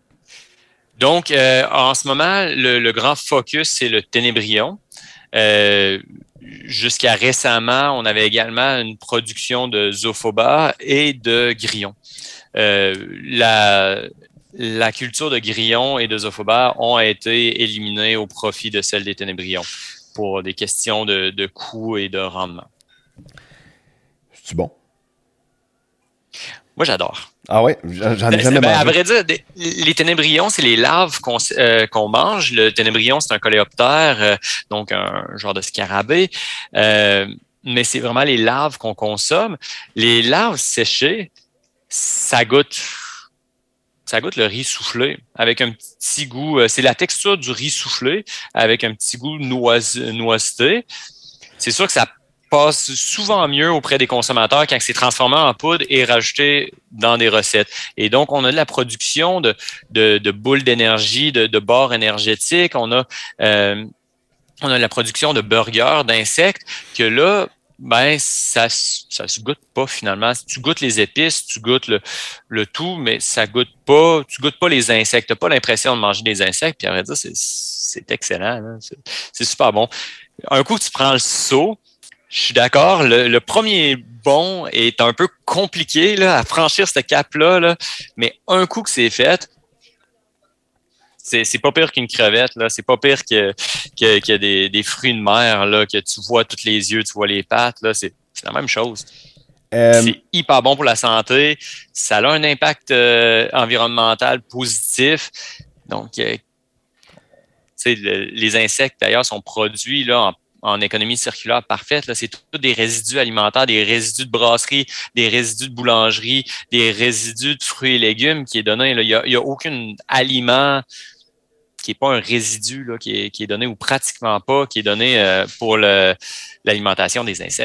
Donc, euh, en ce moment, le, le grand focus, c'est le ténébrion. Euh, jusqu'à récemment, on avait également une production de zoophobas et de grillons. Euh, la... La culture de grillons et de zoophobas ont été éliminées au profit de celle des ténébrions pour des questions de, de coût et de rendement. C'est bon? Moi, j'adore. Ah ouais? J'en ai jamais ben, mangé. À vrai dire, des, les ténébrions, c'est les larves qu'on, euh, qu'on mange. Le ténébrion, c'est un coléoptère, euh, donc un genre de scarabée. Euh, mais c'est vraiment les larves qu'on consomme. Les larves séchées, ça goûte... Ça goûte le riz soufflé avec un petit goût. Euh, c'est la texture du riz soufflé avec un petit goût noise, noiseté. C'est sûr que ça passe souvent mieux auprès des consommateurs quand c'est transformé en poudre et rajouté dans des recettes. Et donc, on a de la production de, de, de boules d'énergie, de, de barres énergétiques. On a, euh, on a de la production de burgers, d'insectes que là, ben, ça, ça se goûte pas finalement. Tu goûtes les épices, tu goûtes le, le tout, mais ça goûte pas, tu goûtes pas les insectes. Tu n'as pas l'impression de manger des insectes, puis à vrai dire, c'est, c'est excellent. Là. C'est, c'est super bon. Un coup, tu prends le saut, je suis d'accord, le, le premier bon est un peu compliqué là, à franchir ce cap-là, là, mais un coup que c'est fait, C'est, c'est pas pire qu'une crevette, là. C'est pas pire que, que, que des, des fruits de mer, là, que tu vois tous les yeux, tu vois les pattes, là. C'est, c'est la même chose. Euh, c'est hyper bon pour la santé. Ça a un impact euh, environnemental positif. Donc, euh, le, les insectes, d'ailleurs, sont produits là, en, en économie circulaire parfaite. Là. C'est tous des résidus alimentaires, des résidus de brasserie, des résidus de boulangerie, des résidus de fruits et légumes qui est donné. Il n'y a, y a aucun aliment qui n'est pas un résidu là, qui, est, qui est donné ou pratiquement pas, qui est donné euh, pour le, l'alimentation des insectes.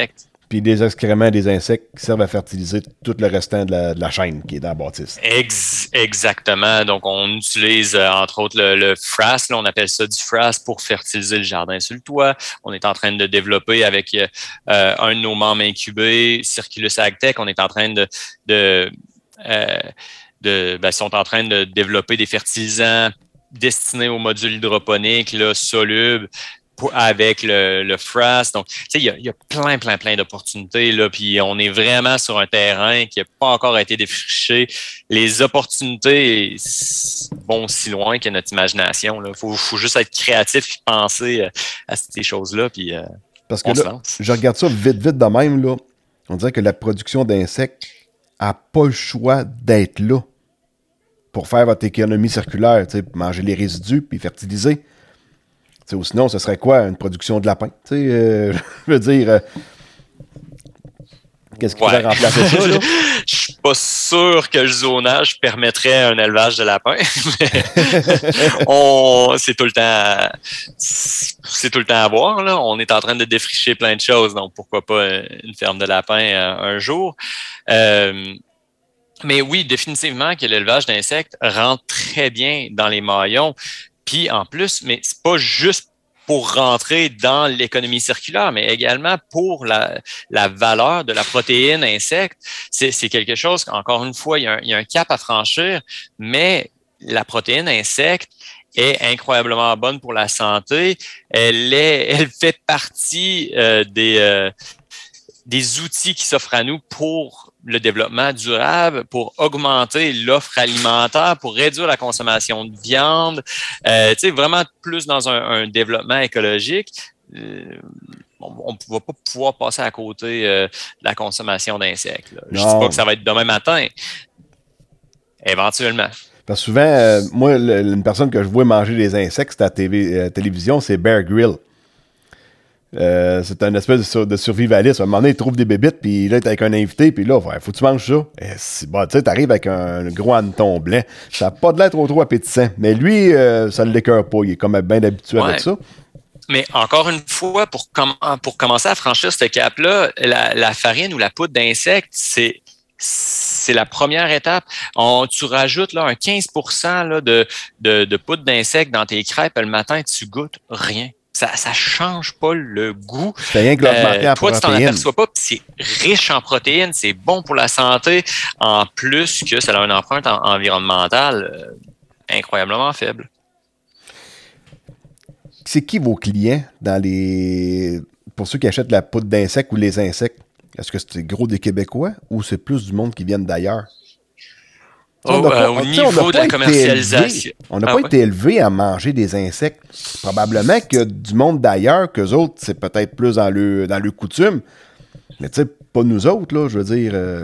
Puis des excréments des insectes qui servent à fertiliser tout le restant de la, de la chaîne qui est dans la bâtisse. Ex- exactement. Donc, on utilise, euh, entre autres, le, le frass. Là, on appelle ça du frass pour fertiliser le jardin sur le toit. On est en train de développer avec euh, un de nos membres incubés, Circulus agtech, on est en train de... de, euh, de ben, sont en train de développer des fertilisants destinés aux modules hydroponiques, là, solubles, avec le, le frass. Donc, tu sais, il y a, il y a plein, plein, plein d'opportunités, là, puis on est vraiment sur un terrain qui n'a pas encore été défriché. Les opportunités vont si loin que notre imagination, là. Faut, faut juste être créatif et penser à ces choses-là, puis euh, Parce que là, je regarde ça vite, vite de même, là. On dirait que la production d'insectes n'a pas le choix d'être là pour faire votre économie circulaire, tu sais, manger les résidus puis fertiliser. T'sais, ou sinon, ce serait quoi une production de lapin? Euh, je veux dire, euh, qu'est-ce qui pourrait ouais. remplacer ça? Là? Je suis pas sûr que le zonage permettrait un élevage de lapins. on, c'est tout le temps, c'est tout le temps à voir. Là. On est en train de défricher plein de choses, donc pourquoi pas une ferme de lapins euh, un jour. Euh, mais oui, définitivement que l'élevage d'insectes rentre très bien dans les maillons. Puis en plus, mais c'est pas juste pour rentrer dans l'économie circulaire, mais également pour la, la valeur de la protéine insecte. C'est, c'est quelque chose, encore une fois, il y, a un, il y a un cap à franchir, mais la protéine insecte est incroyablement bonne pour la santé. Elle est, elle fait partie euh, des, euh, des outils qui s'offrent à nous pour le développement durable, pour augmenter l'offre alimentaire, pour réduire la consommation de viande, euh, tu sais, vraiment plus dans un, un développement écologique. Euh, on ne va pas pouvoir passer à côté euh, de la consommation d'insectes. Là. Je ne dis pas que ça va être demain matin, éventuellement. Parce que souvent, euh, moi, le, une personne que je vois manger des insectes à la télé, euh, télévision, c'est Bear Grylls. Euh, c'est un espèce de, sur, de survivaliste. À un moment donné, il trouve des bébites, puis là, il est avec un invité, puis là, ouais, faut que tu manges ça. Et c'est, bon, tu sais, t'arrives avec un, un gros hanneton blanc. Ça n'a pas de l'air trop, trop appétissant. Mais lui, euh, ça ne l'écœure pas. Il est comme bien habitué ouais. avec ça. Mais encore une fois, pour, com- pour commencer à franchir ce cap-là, la, la farine ou la poudre d'insectes, c'est c'est la première étape. On, tu rajoutes là, un quinze pour cent là, de, de, de poudre d'insectes dans tes crêpes, le matin, tu goûtes rien. Ça ça change pas le goût. C'est rien que l'augmenter euh, en toi, tu t'en aperçois pas. C'est riche en protéines, c'est bon pour la santé. En plus que ça a une empreinte en, environnementale euh, incroyablement faible. C'est qui vos clients dans les pour ceux qui achètent la poudre d'insectes ou les insectes? Est-ce que c'est gros des Québécois ou c'est plus du monde qui viennent d'ailleurs? Oh, pas, euh, au niveau de la commercialisation. Élevé, on n'a ah, pas ouais. été élevé à manger des insectes. Probablement que du monde d'ailleurs, qu'eux autres, c'est peut-être plus dans le, dans le coutume. Mais tu sais, pas nous autres, là, je veux dire. Euh...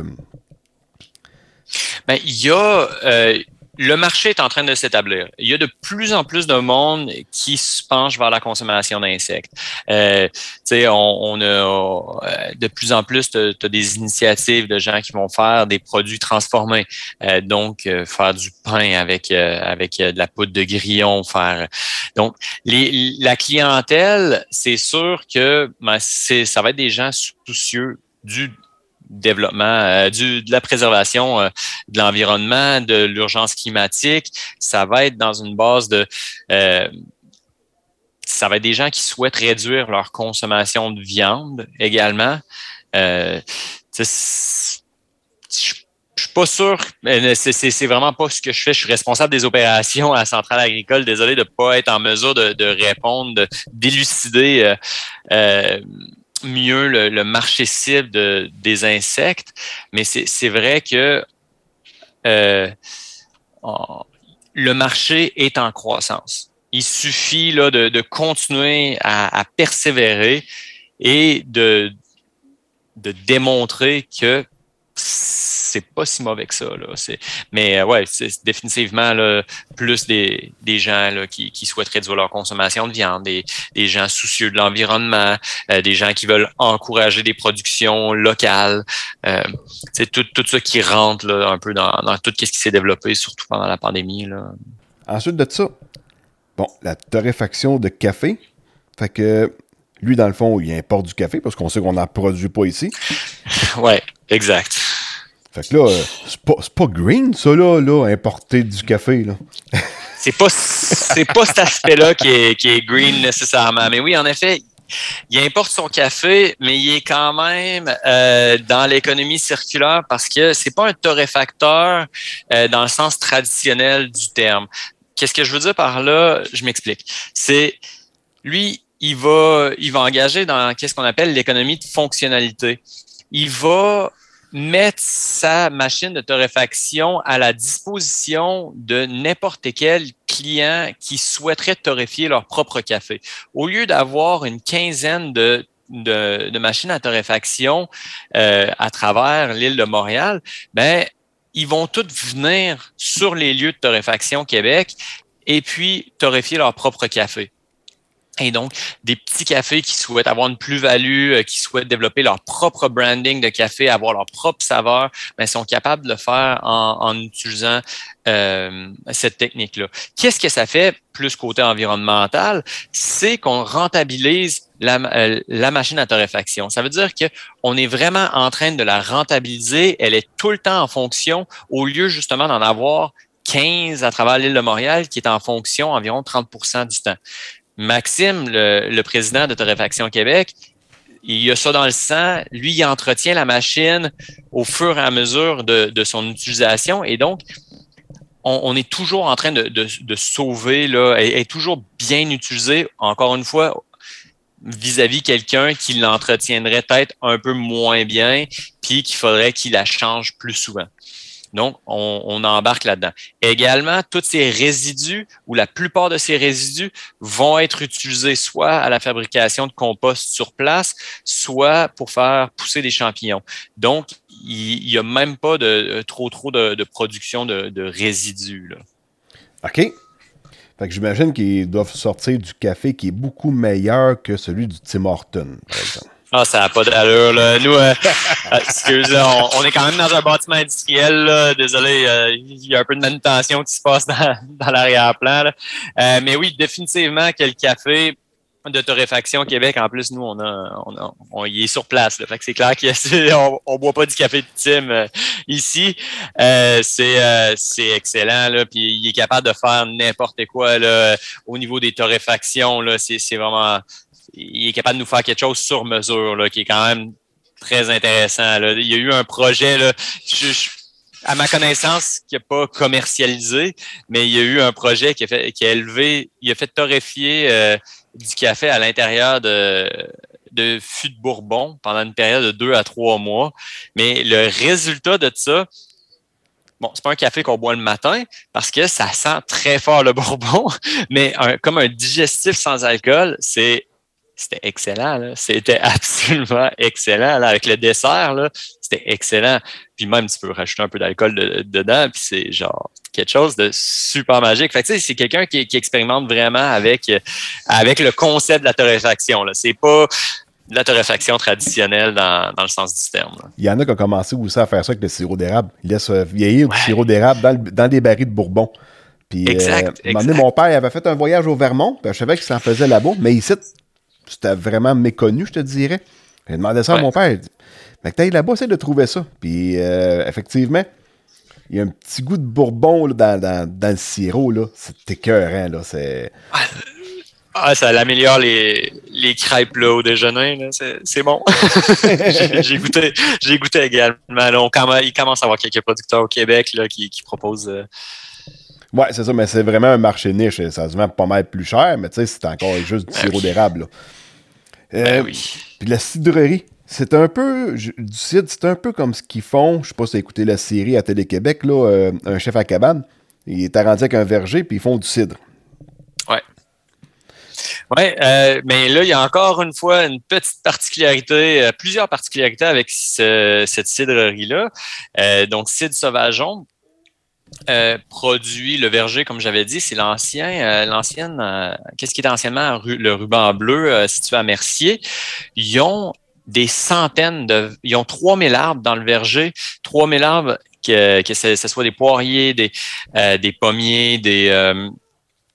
Ben, il y a. Euh, le marché est en train de s'établir. Il y a de plus en plus de monde qui se penche vers la consommation d'insectes. Euh, tu sais, on, on a de plus en plus tu as des initiatives de gens qui vont faire des produits transformés. Euh, donc, euh, faire du pain avec euh, avec de la poudre de grillon, faire. Donc, les, la clientèle, c'est sûr que ben, c'est, ça va être des gens soucieux du développement, euh, du, de la préservation euh, de l'environnement, de l'urgence climatique. Ça va être dans une base de... Euh, ça va être des gens qui souhaitent réduire leur consommation de viande également. Euh, je je suis pas sûr, c'est, c'est, c'est vraiment pas ce que je fais. Je suis responsable des opérations à la centrale agricole. Désolé de ne pas être en mesure de, de répondre, de, d'élucider euh, euh, mieux le, le marché cible de, des insectes, mais c'est, c'est vrai que euh, on, le marché est en croissance. Il suffit là, de, de continuer à, à persévérer et de, de démontrer que c'est pas si mauvais que ça. Là. C'est, mais euh, ouais, c'est définitivement là, plus des, des gens là, qui, qui souhaitent réduire leur consommation de viande, des, des gens soucieux de l'environnement, euh, des gens qui veulent encourager des productions locales. Euh, c'est tout, tout ça qui rentre là, un peu dans, dans tout ce qui s'est développé, surtout pendant la pandémie. Là. Ensuite de ça, bon, la torréfaction de café. Fait que Lui, dans le fond, il importe du café parce qu'on sait qu'on n'en produit pas ici. Ouais, exact. Fait que là, euh, c'est pas, c'est pas green, ça, là, là, importer du café, là. C'est pas, c'est pas cet aspect-là qui est, qui est green nécessairement. Mais oui, en effet, il importe son café, mais il est quand même euh, dans l'économie circulaire parce que c'est pas un torréfacteur euh, dans le sens traditionnel du terme. Qu'est-ce que je veux dire par là? Je m'explique. C'est, lui, il va, il va engager dans qu'est-ce qu'on appelle l'économie de fonctionnalité. Il va mettre sa machine de torréfaction à la disposition de n'importe quel client qui souhaiterait torréfier leur propre café. Au lieu d'avoir une quinzaine de, de, de machines à torréfaction euh, à travers l'île de Montréal, ben ils vont toutes venir sur les lieux de torréfaction Québec et puis torréfier leur propre café. Et donc, des petits cafés qui souhaitent avoir une plus-value, euh, qui souhaitent développer leur propre branding de café, avoir leur propre saveur, ben, sont capables de le faire en, en utilisant euh, cette technique-là. Qu'est-ce que ça fait, plus côté environnemental? C'est qu'on rentabilise la, euh, la machine à torréfaction. Ça veut dire qu'on est vraiment en train de la rentabiliser. Elle est tout le temps en fonction, au lieu justement d'en avoir quinze à travers l'île de Montréal, qui est en fonction environ trente pour cent du temps. Maxime, le, le président de Torréfaction Québec, il a ça dans le sang. Lui, il entretient la machine au fur et à mesure de, de son utilisation. Et donc, on, on est toujours en train de, de, de sauver, là, et est toujours bien utilisé, encore une fois, vis-à-vis quelqu'un qui l'entretiendrait peut-être un peu moins bien, puis qu'il faudrait qu'il la change plus souvent. Donc, on, on embarque là-dedans. Également, tous ces résidus ou la plupart de ces résidus vont être utilisés soit à la fabrication de compost sur place, soit pour faire pousser des champignons. Donc, il n'y a même pas de trop trop de, de production de, de résidus, là. OK. Fait que j'imagine qu'ils doivent sortir du café qui est beaucoup meilleur que celui du Tim Hortons, par exemple. Ah, ça n'a pas d'allure, là. Nous, euh, excuse, on, on est quand même dans un bâtiment industriel, là. Désolé, euh, il y a un peu de manutention qui se passe dans, dans l'arrière-plan, là. Euh, mais oui, définitivement que le café de torréfaction Québec, en plus, nous, on a, on, a, on y est sur place, là. Fait que c'est clair qu'on on boit pas du café de Tim euh, ici. Euh, c'est, euh, c'est excellent, là. Puis il est capable de faire n'importe quoi, là, au niveau des torréfactions, là. C'est, c'est vraiment... Il est capable de nous faire quelque chose sur mesure, là, qui est quand même très intéressant, là. Il y a eu un projet, là, je, je, à ma connaissance, qui n'a pas commercialisé, mais il y a eu un projet qui a, fait, qui a élevé, il a fait torréfier euh, du café à l'intérieur de, de fûts de Bourbon pendant une période de deux à trois mois. Mais le résultat de ça, bon, c'est pas un café qu'on boit le matin parce que ça sent très fort le Bourbon, mais un, comme un digestif sans alcool, c'est C'était excellent, là. C'était absolument excellent, là. Avec le dessert, là, c'était excellent. Puis même, tu peux rajouter un peu d'alcool de, dedans, puis c'est genre quelque chose de super magique. Fait que, tu sais, c'est quelqu'un qui, qui expérimente vraiment avec, avec le concept de la torréfaction, là. C'est pas de la torréfaction traditionnelle dans, dans le sens du terme, là. Il y en a qui ont commencé aussi à faire ça avec le sirop d'érable. Ils laissent vieillir ouais. du sirop d'érable dans, le, dans des barils de Bourbon. Puis, exact, euh, exact. Mon père avait fait un voyage au Vermont, puis je savais qu'il s'en faisait là-bas, mais ici, c'était vraiment méconnu, je te dirais. J'ai demandé ça ouais. à mon père. Il dit, mais que t'ailles là-bas, essaye de trouver ça. Puis, euh, effectivement, il y a un petit goût de Bourbon là, dans, dans, dans le sirop. Là. C'est écœurant. Là. C'est... Ah, ça améliore les, les crêpes là, au déjeuner. Là. C'est, c'est bon. j'ai, j'ai, goûté, j'ai goûté également. Là, on, il commence à avoir quelques producteurs au Québec là, qui, qui proposent... Euh, Ouais, c'est ça, mais c'est vraiment un marché niche. Ça se vend pas mal plus cher, mais tu sais, c'est encore juste du ben sirop oui. d'érable. Là. Euh, ben oui. Puis la cidrerie, c'est un peu... Du cidre, c'est un peu comme ce qu'ils font. Je sais pas si tu as écouté la série à Télé-Québec, là, euh, un chef à cabane. Il est arrondi avec un verger, puis ils font du cidre. Ouais. Oui, euh, mais là, il y a encore une fois une petite particularité, euh, plusieurs particularités avec ce, cette cidrerie-là. Euh, donc, cidre sauvageon. Euh, produit le verger, comme j'avais dit, c'est l'ancien, euh, l'ancienne, euh, qu'est-ce qui était anciennement le ruban bleu euh, situé à Mercier. Ils ont des centaines de, ils ont trois mille arbres dans le verger, trois mille arbres que, que ce, ce soit des poiriers, des, euh, des pommiers, des, euh,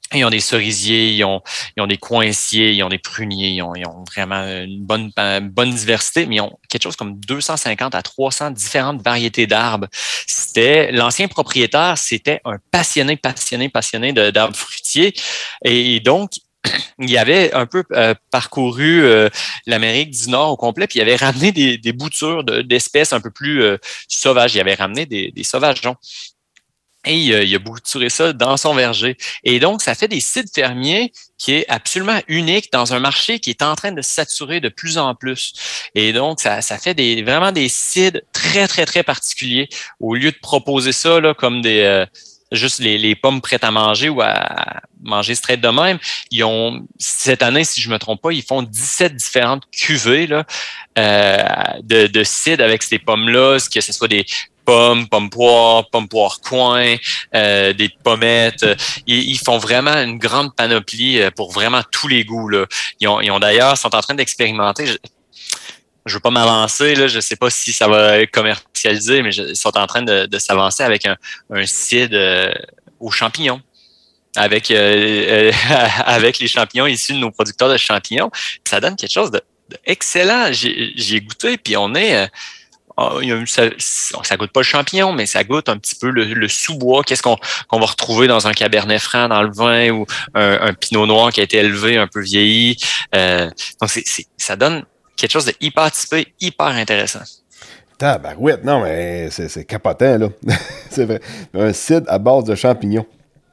Ils ont des cerisiers, ils ont, ils ont des coinciers, ils ont des pruniers, ils ont, ils ont vraiment une bonne, une bonne diversité, mais ils ont quelque chose comme deux cent cinquante à trois cents différentes variétés d'arbres. C'était, l'ancien propriétaire, c'était un passionné, passionné, passionné de, d'arbres fruitiers. Et donc, il avait un peu euh, parcouru euh, l'Amérique du Nord au complet, puis il avait ramené des, des boutures de, d'espèces un peu plus euh, sauvages. Il avait ramené des, des sauvageons. Et il a, il a bouturé ça dans son verger. Et donc, ça fait des cidres fermiers qui est absolument unique dans un marché qui est en train de se saturer de plus en plus. Et donc, ça, ça fait des, vraiment des cidres très, très, très particuliers. Au lieu de proposer ça là, comme des euh, juste les, les pommes prêtes à manger ou à manger straight de même, ils ont, cette année, si je me trompe pas, ils font dix-sept différentes cuvées là, euh, de, de cidre avec ces pommes-là, que ce soit des pommes, pommes poires, pommes poires coin, euh, des pommettes. Ils, ils font vraiment une grande panoplie pour vraiment tous les goûts. Là. Ils ont, ils ont d'ailleurs, sont en train d'expérimenter. Je, je veux pas m'avancer, là, je sais pas si ça va être commercialisé, mais je, ils sont en train de, de s'avancer avec un, un cidre euh, aux champignons. Avec, euh, euh, avec les champignons issus de nos producteurs de champignons. Ça donne quelque chose de, de excellent. J'ai, j'ai goûté, puis on est... Euh, Ça, ça goûte pas le champignon, mais ça goûte un petit peu le, le sous-bois. Qu'est-ce qu'on, qu'on va retrouver dans un cabernet franc dans le vin ou un, un pinot noir qui a été élevé, un peu vieilli. Euh, donc, c'est, c'est, ça donne quelque chose de hyper typé, hyper intéressant. Tabarouette, non, mais c'est, c'est capotant, là. C'est vrai. Un cidre à base de champignons.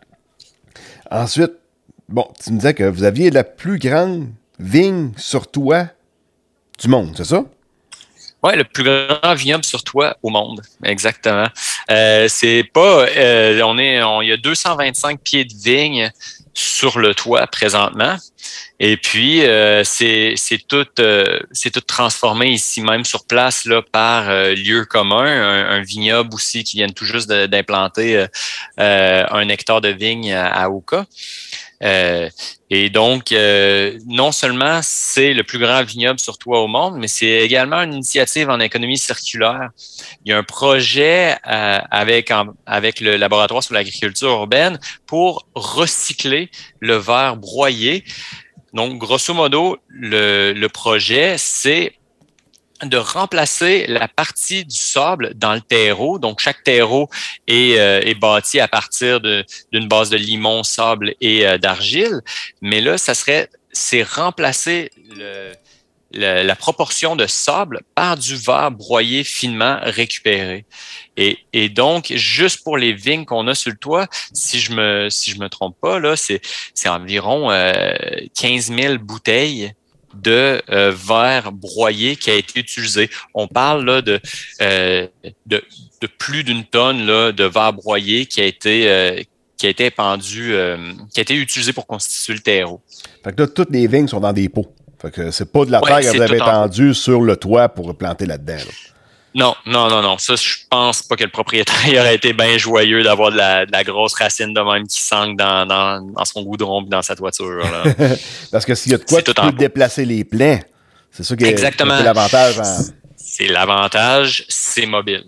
Ensuite, bon, tu me disais que vous aviez la plus grande vigne sur toit du monde, c'est ça? Oui, le plus grand vignoble sur toit au monde, exactement. Euh, c'est pas, euh, on est, on, il y a deux cent vingt-cinq pieds de vigne sur le toit présentement, et puis euh, c'est c'est tout, euh, c'est tout transformé ici même sur place là par euh, lieu commun, un, un vignoble aussi qui vient tout juste de, d'implanter euh, euh, un hectare de vigne à, à Oka. Euh, et donc, euh, non seulement c'est le plus grand vignoble sur toit au monde, mais c'est également une initiative en économie circulaire. Il y a un projet euh, avec, en, avec le laboratoire sur l'agriculture urbaine pour recycler le verre broyé. Donc, grosso modo, le, le projet, c'est de remplacer la partie du sable dans le terreau. Donc, chaque terreau est, euh, est bâti à partir de, d'une base de limon, sable et euh, d'argile. Mais là, ça serait, c'est remplacer le, le, la proportion de sable par du verre broyé finement récupéré. Et, et donc, juste pour les vignes qu'on a sur le toit, si je me, si je me trompe pas, là, c'est, c'est environ euh, quinze mille bouteilles de euh, verre broyé qui a été utilisé. On parle là de, euh, de, de plus d'une tonne là, de verre broyé qui a été, euh, qui a été pendu, euh, qui a été utilisé pour constituer le terreau. Fait que là, toutes les vignes sont dans des pots. Fait que c'est pas de la ouais, terre que vous avez étendue sur le toit pour planter là-dedans. Là. Non, non, non, non. Ça, je pense pas que le propriétaire il aurait été bien joyeux d'avoir de la, de la grosse racine de même qui sangle dans, dans, dans son goudron et dans sa toiture. Là. Parce que s'il y a de quoi, c'est tu peux déplacer les plants. C'est ça qui est, exactement. Qui est l'avantage. En... C'est l'avantage, c'est mobile.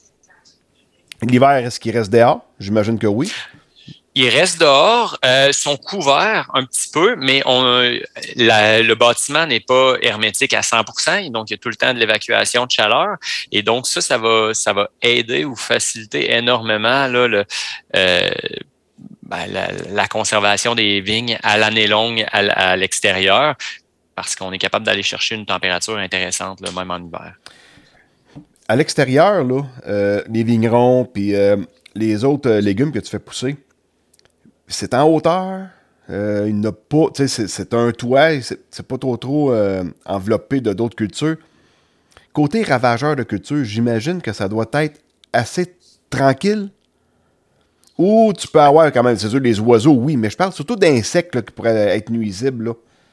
L'hiver, est-ce qu'il reste dehors? J'imagine que oui. Ils restent dehors, euh, sont couverts un petit peu, mais on, la, le bâtiment n'est pas hermétique à cent pour cent, donc il y a tout le temps de l'évacuation de chaleur. Et donc ça, ça va, ça va aider ou faciliter énormément là, le, euh, ben, la, la conservation des vignes à l'année longue à, à l'extérieur, parce qu'on est capable d'aller chercher une température intéressante, là, même en hiver. À l'extérieur, là, euh, les vignerons puis euh, les autres euh, légumes que tu fais pousser, c'est en hauteur, euh, il n'a pas, tu sais, c'est, c'est un toit, c'est, c'est pas trop trop euh, enveloppé de d'autres cultures. Côté ravageur de culture, j'imagine que ça doit être assez tranquille. Ou tu peux avoir quand même, c'est sûr, les oiseaux, oui, mais je parle surtout d'insectes là, qui pourraient être nuisibles. Là.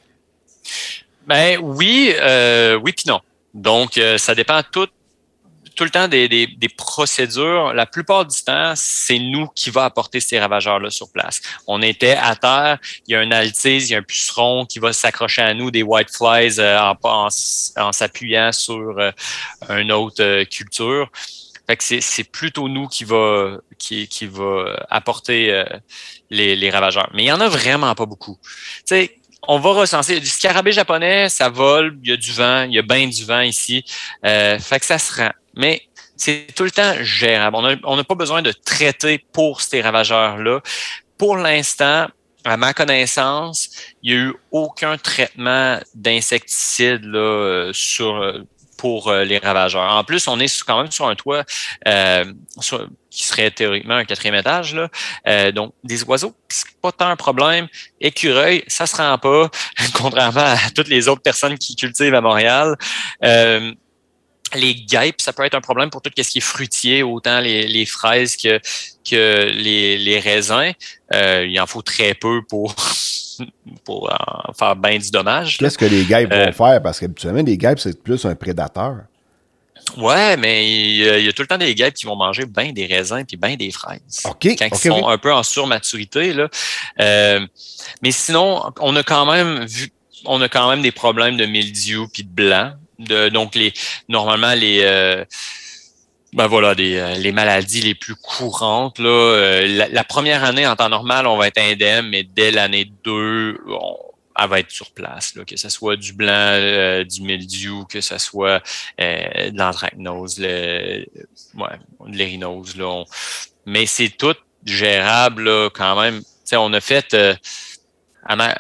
Ben oui, euh, oui puis non. Donc, euh, ça dépend tout. tout le temps des, des, des procédures. La plupart du temps, c'est nous qui va apporter ces ravageurs-là sur place. On était à terre, il y a un altise, il y a un puceron qui va s'accrocher à nous, des whiteflies euh, en, en, en s'appuyant sur euh, une autre euh, culture. Fait que c'est, c'est plutôt nous qui va, qui, qui va apporter euh, les, les ravageurs. Mais il y en a vraiment pas beaucoup. Tu sais, on va recenser. Du scarabée japonais, ça vole, il y a du vent, il y a bien du vent ici. Euh, fait que ça se rend. Mais c'est tout le temps gérable. On a, on n'a pas besoin de traiter pour ces ravageurs-là. Pour l'instant, à ma connaissance, il n'y a eu aucun traitement d'insecticide là, sur, pour les ravageurs. En plus, on est quand même sur un toit euh, sur, qui serait théoriquement un quatrième étage. Là. Euh, donc, des oiseaux, c'est pas tant un problème. Écureuil, ça se rend pas, contrairement à toutes les autres personnes qui cultivent à Montréal. Euh, Les guêpes, ça peut être un problème pour tout ce qui est fruitier, autant les, les fraises que, que les, les raisins. Euh, il en faut très peu pour, pour en faire bien du dommage. Qu'est-ce que les guêpes euh, vont faire? Parce qu'habituellement, les guêpes, c'est plus un prédateur. Ouais, mais il y, a, il y a tout le temps des guêpes qui vont manger bien des raisins puis bien des fraises. OK. Quand okay, ils sont okay. un peu en surmaturité, là. Euh, mais sinon, on a quand même vu, on a quand même des problèmes de mildiou puis de blanc. De, donc, les normalement, les euh, ben voilà, les, euh, les maladies les plus courantes. Là, euh, la, la première année, en temps normal, on va être indemne, mais dès l'année deux, on, elle va être sur place. Là, que ce soit du blanc, euh, du mildiou, que ce soit euh, de l'anthracnose, le, ouais, de l'érinose. Là, on, mais c'est tout gérable là, quand même. T'sais, on a fait... Euh, à ma,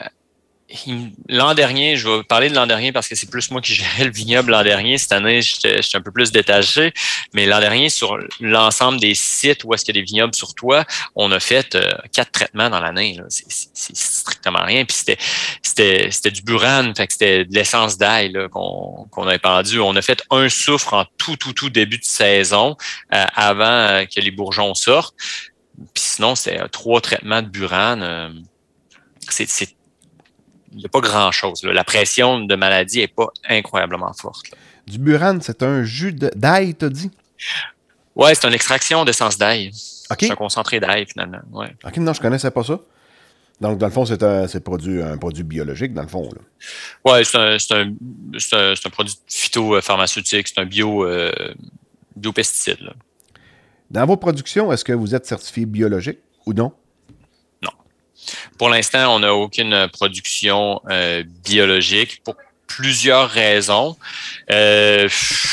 L'an dernier, je vais parler de l'an dernier parce que c'est plus moi qui gérais le vignoble l'an dernier. Cette année, j'étais, j'étais un peu plus détaché. Mais l'an dernier, sur l'ensemble des sites où est-ce qu'il y a des vignobles sur toit, on a fait euh, quatre traitements dans l'année. Là. C'est, c'est, c'est strictement rien. Puis c'était, c'était, c'était du burane, fait que c'était de l'essence d'ail là, qu'on, qu'on a épandu. On a fait un soufre en tout, tout, tout début de saison euh, avant euh, que les bourgeons sortent. Puis sinon, c'est euh, trois traitements de burane. Euh, c'est, c'est Il n'y a pas grand-chose. Là. La pression de maladie n'est pas incroyablement forte. Là. Du burane, c'est un jus de, d'ail, t'as dit? Oui, c'est une extraction d'essence d'ail. Okay. C'est un concentré d'ail, finalement. Ouais. OK, non, je ne connaissais pas ça. Donc, dans le fond, c'est un, c'est produit, un produit biologique, dans le fond. Oui, c'est un, c'est, un, c'est, un, c'est un produit phytopharmaceutique. C'est un bio, euh, biopesticide. Là. Dans vos productions, est-ce que vous êtes certifié biologique ou non? Pour l'instant, on n'a aucune production euh, biologique pour plusieurs raisons. Euh,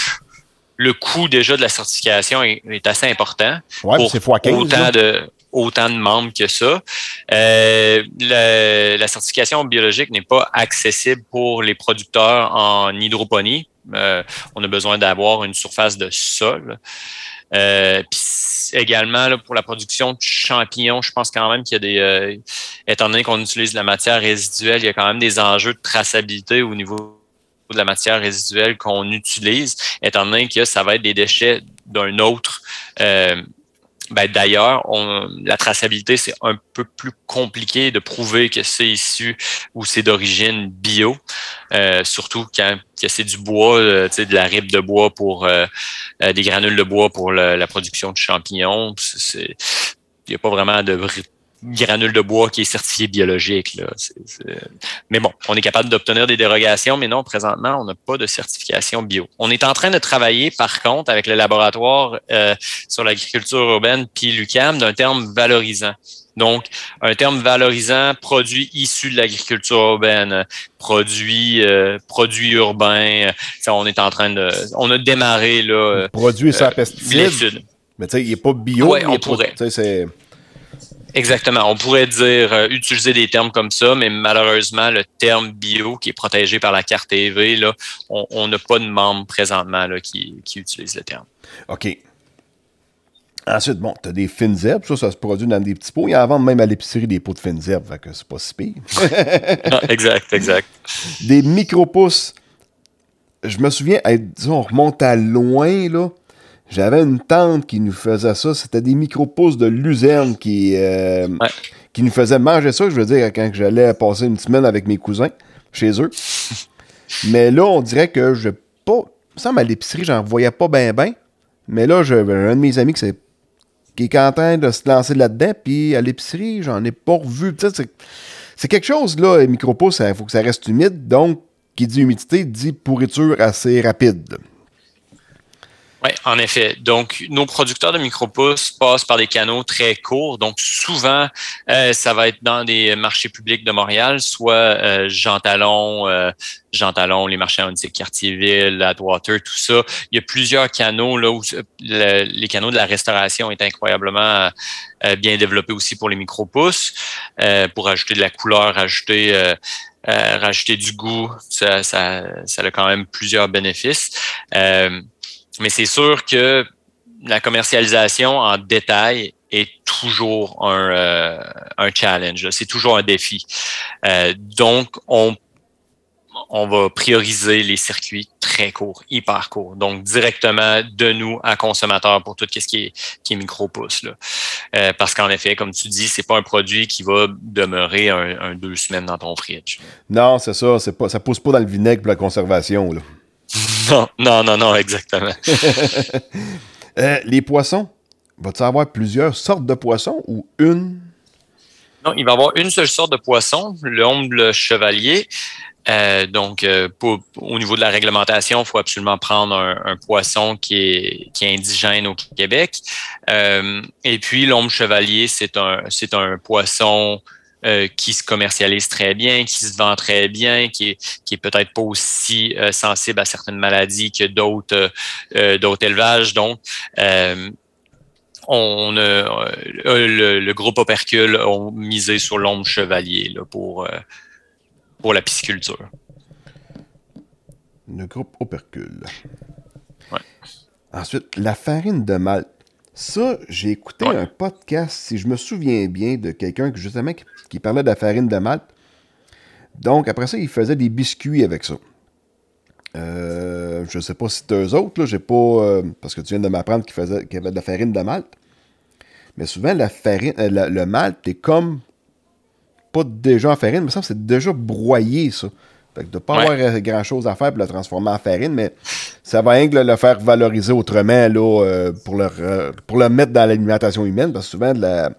le coût déjà de la certification est, est assez important. Ouais, pour c'est fois quinze, autant de autant de membres que ça. Euh, la, la certification biologique n'est pas accessible pour les producteurs en hydroponie. Euh, on a besoin d'avoir une surface de sol. Euh, puis également là, pour la production de champignons, je pense quand même qu'il y a des, euh, étant donné qu'on utilise de la matière résiduelle, il y a quand même des enjeux de traçabilité au niveau de la matière résiduelle qu'on utilise, étant donné que ça va être des déchets d'un autre. Euh, ben d'ailleurs, on, la traçabilité, c'est un peu plus compliqué de prouver que c'est issu ou c'est d'origine bio, euh, surtout quand que c'est du bois, euh, tu sais, de la ripe de bois pour euh, euh, des granules de bois pour le, la production de champignons. Il n'y a pas vraiment de granules de bois qui est certifié biologique. Là. C'est, c'est... Mais bon, on est capable d'obtenir des dérogations, mais non, présentement, on n'a pas de certification bio. On est en train de travailler, par contre, avec le laboratoire euh, sur l'agriculture urbaine puis l'U Q A M d'un terme valorisant. Donc, un terme valorisant, produit issu de l'agriculture urbaine, produit, euh, produit urbain. Ça, on est en train de, on a démarré là. Produit sans euh, pesticides. Mais tu sais, il n'est pas bio. Oui, on pourrait. Tu sais, c'est... Exactement. On pourrait dire euh, utiliser des termes comme ça, mais malheureusement, le terme bio qui est protégé par la carte E V, là, on n'a pas de membres présentement là, qui, qui utilisent le terme. OK. Ensuite, bon, tu as des fines herbes. Ça, ça se produit dans des petits pots. Il y en vend même à l'épicerie des pots de fines herbes. Fait que c'est pas si pire. Exact, exact. Des micro-pousses. Je me souviens, disons, on remonte à loin, là. J'avais une tante qui nous faisait ça. C'était des micro-pousses de luzerne qui, euh, ouais. qui nous faisaient manger ça. Je veux dire, quand j'allais passer une semaine avec mes cousins chez eux. Mais là, on dirait que je pas. Il me semble à l'épicerie, j'en voyais pas bien, bien. Mais là, j'ai un de mes amis qui, qui est en train de se lancer là-dedans. Puis à l'épicerie, j'en ai pas revu. Tu sais, c'est, c'est quelque chose, là, les micro-pousses, il faut que ça reste humide. Donc, qui dit humidité, dit pourriture assez rapide. Oui, en effet. Donc, nos producteurs de micro-pousses passent par des canaux très courts. Donc, souvent, euh, ça va être dans des marchés publics de Montréal, soit euh, Jean Talon, euh, Jean Talon, les marchés antiques Cartierville, Atwater, tout ça. Il y a plusieurs canaux là où le, les canaux de la restauration est incroyablement euh, bien développés aussi pour les micro-pousses, euh, pour ajouter de la couleur, ajouter euh, euh, rajouter du goût. Ça, ça, ça a quand même plusieurs bénéfices. Euh, Mais c'est sûr que la commercialisation en détail est toujours un, euh, un challenge. Là. C'est toujours un défi. Euh, donc, on, on va prioriser les circuits très courts, hyper courts. Donc, directement de nous à consommateurs pour tout ce qui est, qui est micro-pouces. Là. Euh, parce qu'en effet, comme tu dis, c'est pas un produit qui va demeurer un, un deux semaines dans ton fridge. Non, c'est ça. C'est pas, ça pousse pas dans le vinaigre pour la conservation, là. Non, non, non, non, exactement. euh, les poissons, vas-tu avoir plusieurs sortes de poissons ou une? Non, il va y avoir une seule sorte de poisson, l'omble chevalier. Euh, donc, euh, pour, au niveau de la réglementation, il faut absolument prendre un, un poisson qui est, qui est indigène au Québec. Euh, et puis, l'omble chevalier, c'est un, c'est un poisson Euh, qui se commercialise très bien, qui se vend très bien, qui est, qui est peut-être pas aussi euh, sensible à certaines maladies que d'autres, euh, d'autres élevages. Donc, euh, on a, euh, le, le groupe Opercule a misé sur l'omble chevalier là, pour, euh, pour la pisciculture. Le groupe Opercule. Ouais. Ensuite, la farine de malt. Ça, j'ai écouté ouais. un podcast, si je me souviens bien, de quelqu'un qui, justement, qui, qui parlait de la farine de malt. Donc, après ça, il faisait des biscuits avec ça. Euh, je ne sais pas si c'est eux autres, là, j'ai pas... Euh, parce que tu viens de m'apprendre qu'il, faisait, qu'il y avait de la farine de malt. Mais souvent, la farine, euh, la, le malt est comme... Pas déjà en farine, mais ça, c'est déjà broyé, ça. Fait que de ne pas ouais. avoir grand-chose à faire pour le transformer en farine, mais ça va rien que le, le faire valoriser autrement là, euh, pour, le, pour le mettre dans l'alimentation humaine, parce que souvent, de la,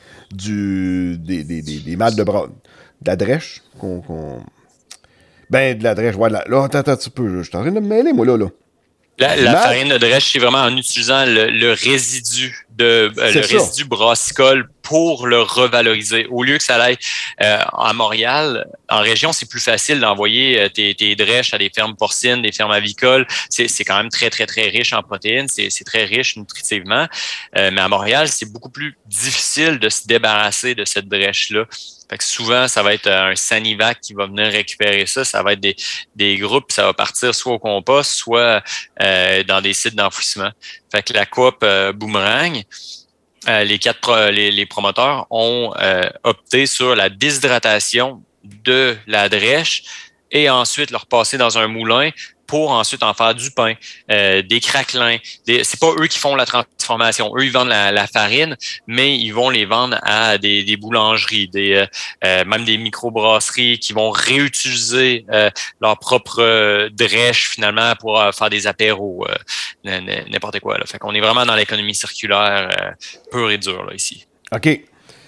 du, des, des, des, des maltes de bras, de la drèche, qu'on, qu'on... ben, de la drèche, voilà. Là, attends, attends un petit peu, je suis en train de me mêler, moi, là, là. La, la farine de drèche, c'est vraiment en utilisant le, le résidu de euh, le ça. résidu brassicole pour le revaloriser. Au lieu que ça aille euh, à Montréal, en région, c'est plus facile d'envoyer tes, tes drèches à des fermes porcines, des fermes avicoles. C'est, c'est quand même très, très, très riche en protéines. C'est, c'est très riche nutritivement. Euh, mais à Montréal, c'est beaucoup plus difficile de se débarrasser de cette drèche-là. Fait que souvent, ça va être un Sanivac qui va venir récupérer ça. Ça va être des, des groupes, ça va partir soit au compost, soit euh, dans des sites d'enfouissement. Fait que la coop euh, Boomerang, euh, les quatre pro- les, les promoteurs ont euh, opté sur la déshydratation de la drèche et ensuite le repasser dans un moulin pour ensuite en faire du pain, euh, des craquelins. Des, c'est pas eux qui font la transformation. Eux, ils vendent la, la farine, mais ils vont les vendre à des, des boulangeries, des, euh, même des microbrasseries qui vont réutiliser euh, leur propre euh, drèche finalement pour euh, faire des apéros, euh, n'importe quoi. Là. Fait qu'on est vraiment dans l'économie circulaire euh, pure et dure là, ici. OK.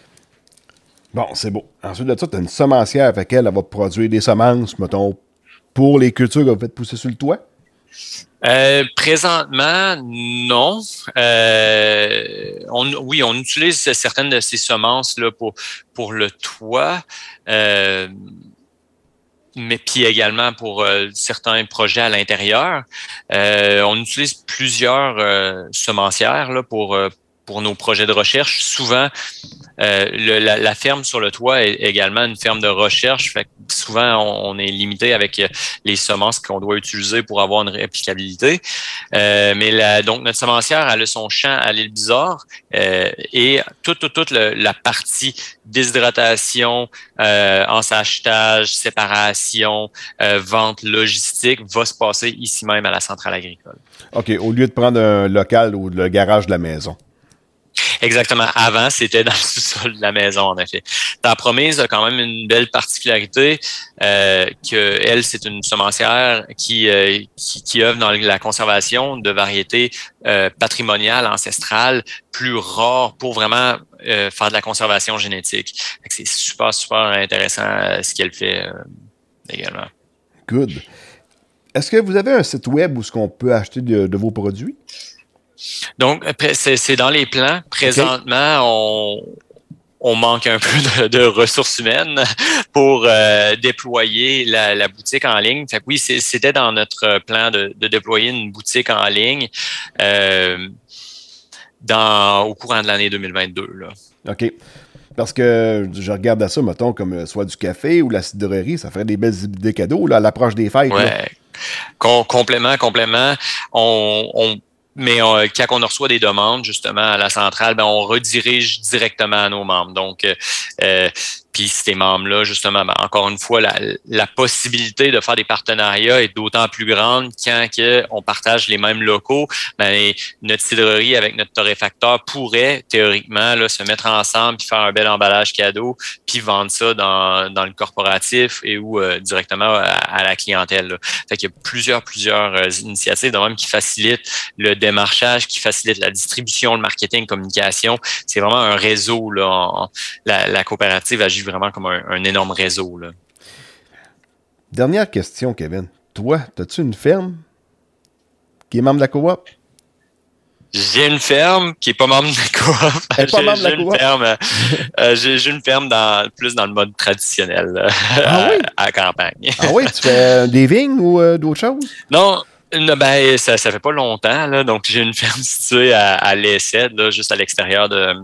Bon, c'est beau. Ensuite de ça, tu as une semencière avec elle, elle va produire des semences, mettons, pour les cultures que vous faites pousser sur le toit? Euh, présentement, non. Euh, on, oui, on utilise certaines de ces semences là pour pour le toit, euh, mais puis également pour euh, certains projets à l'intérieur. Euh, on utilise plusieurs euh, semencières là pour euh, pour nos projets de recherche. Souvent, euh, le, la, la ferme sur le toit est également une ferme de recherche. Fait que souvent, on, on est limité avec les semences qu'on doit utiliser pour avoir une réplicabilité. Euh, mais la, donc, notre semencière, elle a son champ à l'île Bizarre euh, et toute, toute, toute le, la partie déshydratation, euh, ensachage, séparation, euh, vente logistique va se passer ici même à la centrale agricole. OK. Au lieu de prendre un local ou le garage de la maison. Exactement. Avant, c'était dans le sous-sol de la maison, en effet. Ta Promise a quand même une belle particularité, euh, que elle, c'est une semencière qui, euh, qui, qui œuvre dans la conservation de variétés euh, patrimoniales, ancestrales, plus rares pour vraiment euh, faire de la conservation génétique. Fait que c'est super, super intéressant euh, ce qu'elle fait euh, également. Good. est-ce que vous avez un site web où ce qu'on peut acheter de, de vos produits? Donc, c'est, c'est dans les plans. Présentement, okay. on... on manque un peu de, de ressources humaines pour euh, déployer la, la boutique en ligne. Fait que oui, c'est, c'était dans notre plan de, de déployer une boutique en ligne euh, dans, au courant de l'année deux mille vingt-deux. Là. OK. Parce que je regarde à ça, mettons, comme soit du café ou la cidrerie, ça ferait des belles idées cadeaux là, à l'approche des fêtes. Ouais. Com- complément, complément. On... on Mais on, quand on reçoit des demandes, justement, à la centrale, ben, on redirige directement à nos membres. Donc, euh, puis ces membres-là, justement, ben, encore une fois, la, la possibilité de faire des partenariats est d'autant plus grande quand que on partage les mêmes locaux. Ben, notre cidrerie avec notre torréfacteur pourrait, théoriquement, là, se mettre ensemble puis faire un bel emballage cadeau puis vendre ça dans, dans le corporatif et ou euh, directement à, à la clientèle. Là. Fait qu'il y a plusieurs, plusieurs euh, initiatives de même qui facilitent le démarchage, qui facilite la distribution, le marketing, communication. C'est vraiment un réseau. Là. En, la, la coopérative agit vraiment comme un, un énorme réseau. Là. Dernière question, Kevin. Toi, as-tu une ferme qui est membre de la coop? J'ai une ferme qui n'est pas membre de la coop. Elle est pas j'ai, membre de la j'ai coop? Une ferme, euh, j'ai, j'ai une ferme dans, plus dans le mode traditionnel euh, ah, à, oui? à campagne. Ah oui? Tu fais des vignes ou euh, d'autres choses? Non. Ben, ça, ça fait pas longtemps, là. Donc, j'ai une ferme située à, à l'Essed, là, juste à l'extérieur de,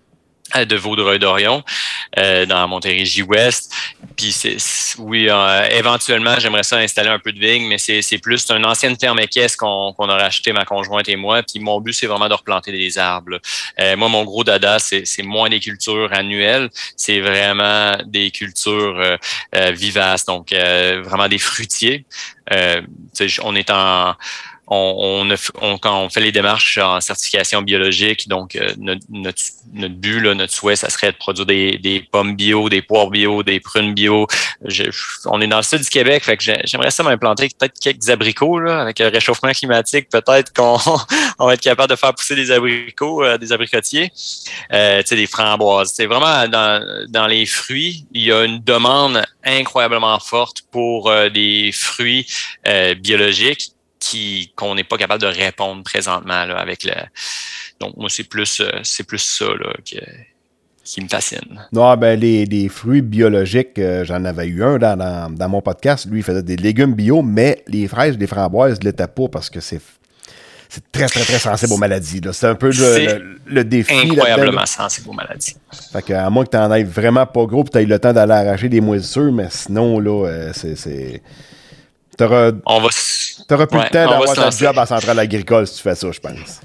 de Vaudreuil-Dorion, euh, dans Montérégie-Ouest. Puis, c'est, oui, euh, éventuellement, j'aimerais ça installer un peu de vignes, mais c'est, c'est plus c'est une ancienne ferme équestre qu'on, qu'on a racheté, ma conjointe et moi. Puis, mon but, c'est vraiment de replanter des arbres. Euh, moi, mon gros dada, c'est, c'est moins des cultures annuelles, c'est vraiment des cultures euh, euh, vivaces, donc euh, vraiment des fruitiers. Euh, on est en on, on, on quand on fait les démarches en certification biologique, donc euh, notre, notre, notre but, là, notre souhait, ça serait de produire des, des pommes bio, des poires bio, des prunes bio. Je, on est dans le sud du Québec, fait que j'aimerais ça m'implanter peut-être quelques abricots là, avec le réchauffement climatique, peut-être qu'on on va être capable de faire pousser des abricots, euh, des abricotiers, euh, tu sais, des framboises. C'est vraiment dans, dans les fruits, il y a une demande incroyablement forte pour euh, des fruits euh, biologiques. Qui, qu'on n'est pas capable de répondre présentement là, avec le. Donc, moi, c'est plus, euh, c'est plus ça là, que, qui me fascine. Non, ben, les, les fruits biologiques, euh, j'en avais eu un dans, dans, dans mon podcast. Lui, il faisait des légumes bio, mais les fraises, les framboises, ne l'étaient pas parce que c'est, c'est très, très, très sensible aux maladies. Là. C'est un peu le, le, le défi. Incroyablement sensible aux maladies. Fait que, à moins que tu en ailles vraiment pas gros et tu aies le temps d'aller arracher des moisissures, mais sinon, là, euh, c'est. c'est... T'auras, on va t'auras plus ouais, le temps d'avoir ton job en centrale agricole si tu fais ça, je pense.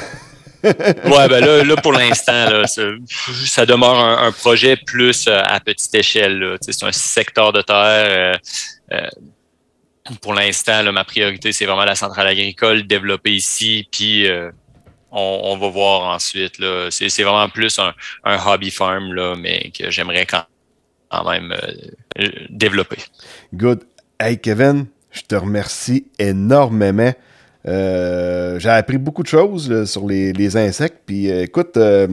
Ouais, ben là, là pour l'instant, là, ça, ça demeure un, un projet plus euh, à petite échelle. Là. C'est un secteur de terre. Euh, euh, pour l'instant, là, ma priorité, c'est vraiment la centrale agricole développée ici, puis euh, on, on va voir ensuite. Là. C'est, c'est vraiment plus un, un hobby farm, là, mais que j'aimerais quand, quand même euh, développer. Good. Hey, Kevin, je te remercie énormément. Euh, j'ai appris beaucoup de choses là, sur les, les insectes. Puis euh, écoute, euh,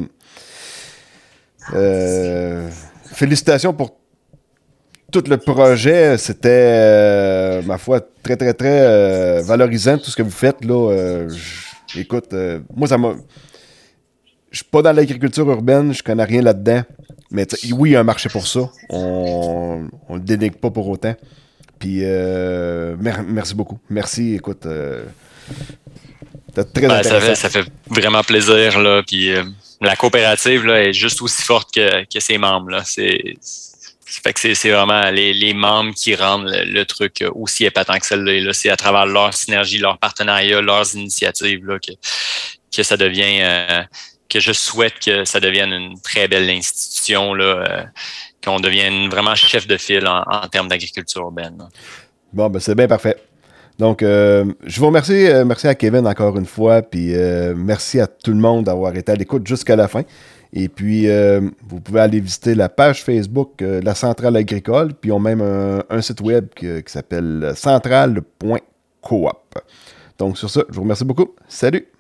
euh, félicitations pour tout le projet. C'était, euh, ma foi, très, très, très euh, valorisant tout ce que vous faites. Là. Euh, écoute, euh, moi, ça m'a. Je suis pas dans l'agriculture urbaine, je connais rien là-dedans. Mais oui, il y a un marché pour ça. On ne le dénigre pas pour autant. Puis, euh, mer- merci beaucoup. Merci, écoute. Euh, c'était très ouais, intéressant. Ça fait, ça fait vraiment plaisir. Là, puis, euh, la coopérative là, est juste aussi forte que, que ses membres. Là. C'est, c'est, fait que c'est, c'est vraiment les, les membres qui rendent le, le truc aussi épatant que celle-là. Là. C'est à travers leur synergie, leur partenariat, leurs initiatives là, que, que ça devient... Euh, que je souhaite que ça devienne une très belle institution, là, euh, qu'on devienne vraiment chef de file en, en termes d'agriculture urbaine. Là. Bon, ben c'est bien parfait. Donc, euh, je vous remercie. Euh, merci à Kevin encore une fois. Puis, euh, merci à tout le monde d'avoir été à l'écoute jusqu'à la fin. Et puis, euh, vous pouvez aller visiter la page Facebook euh, La Centrale Agricole. Puis, ils ont même un, un site web qui, qui s'appelle centrale point coop. Donc, sur ça, je vous remercie beaucoup. Salut!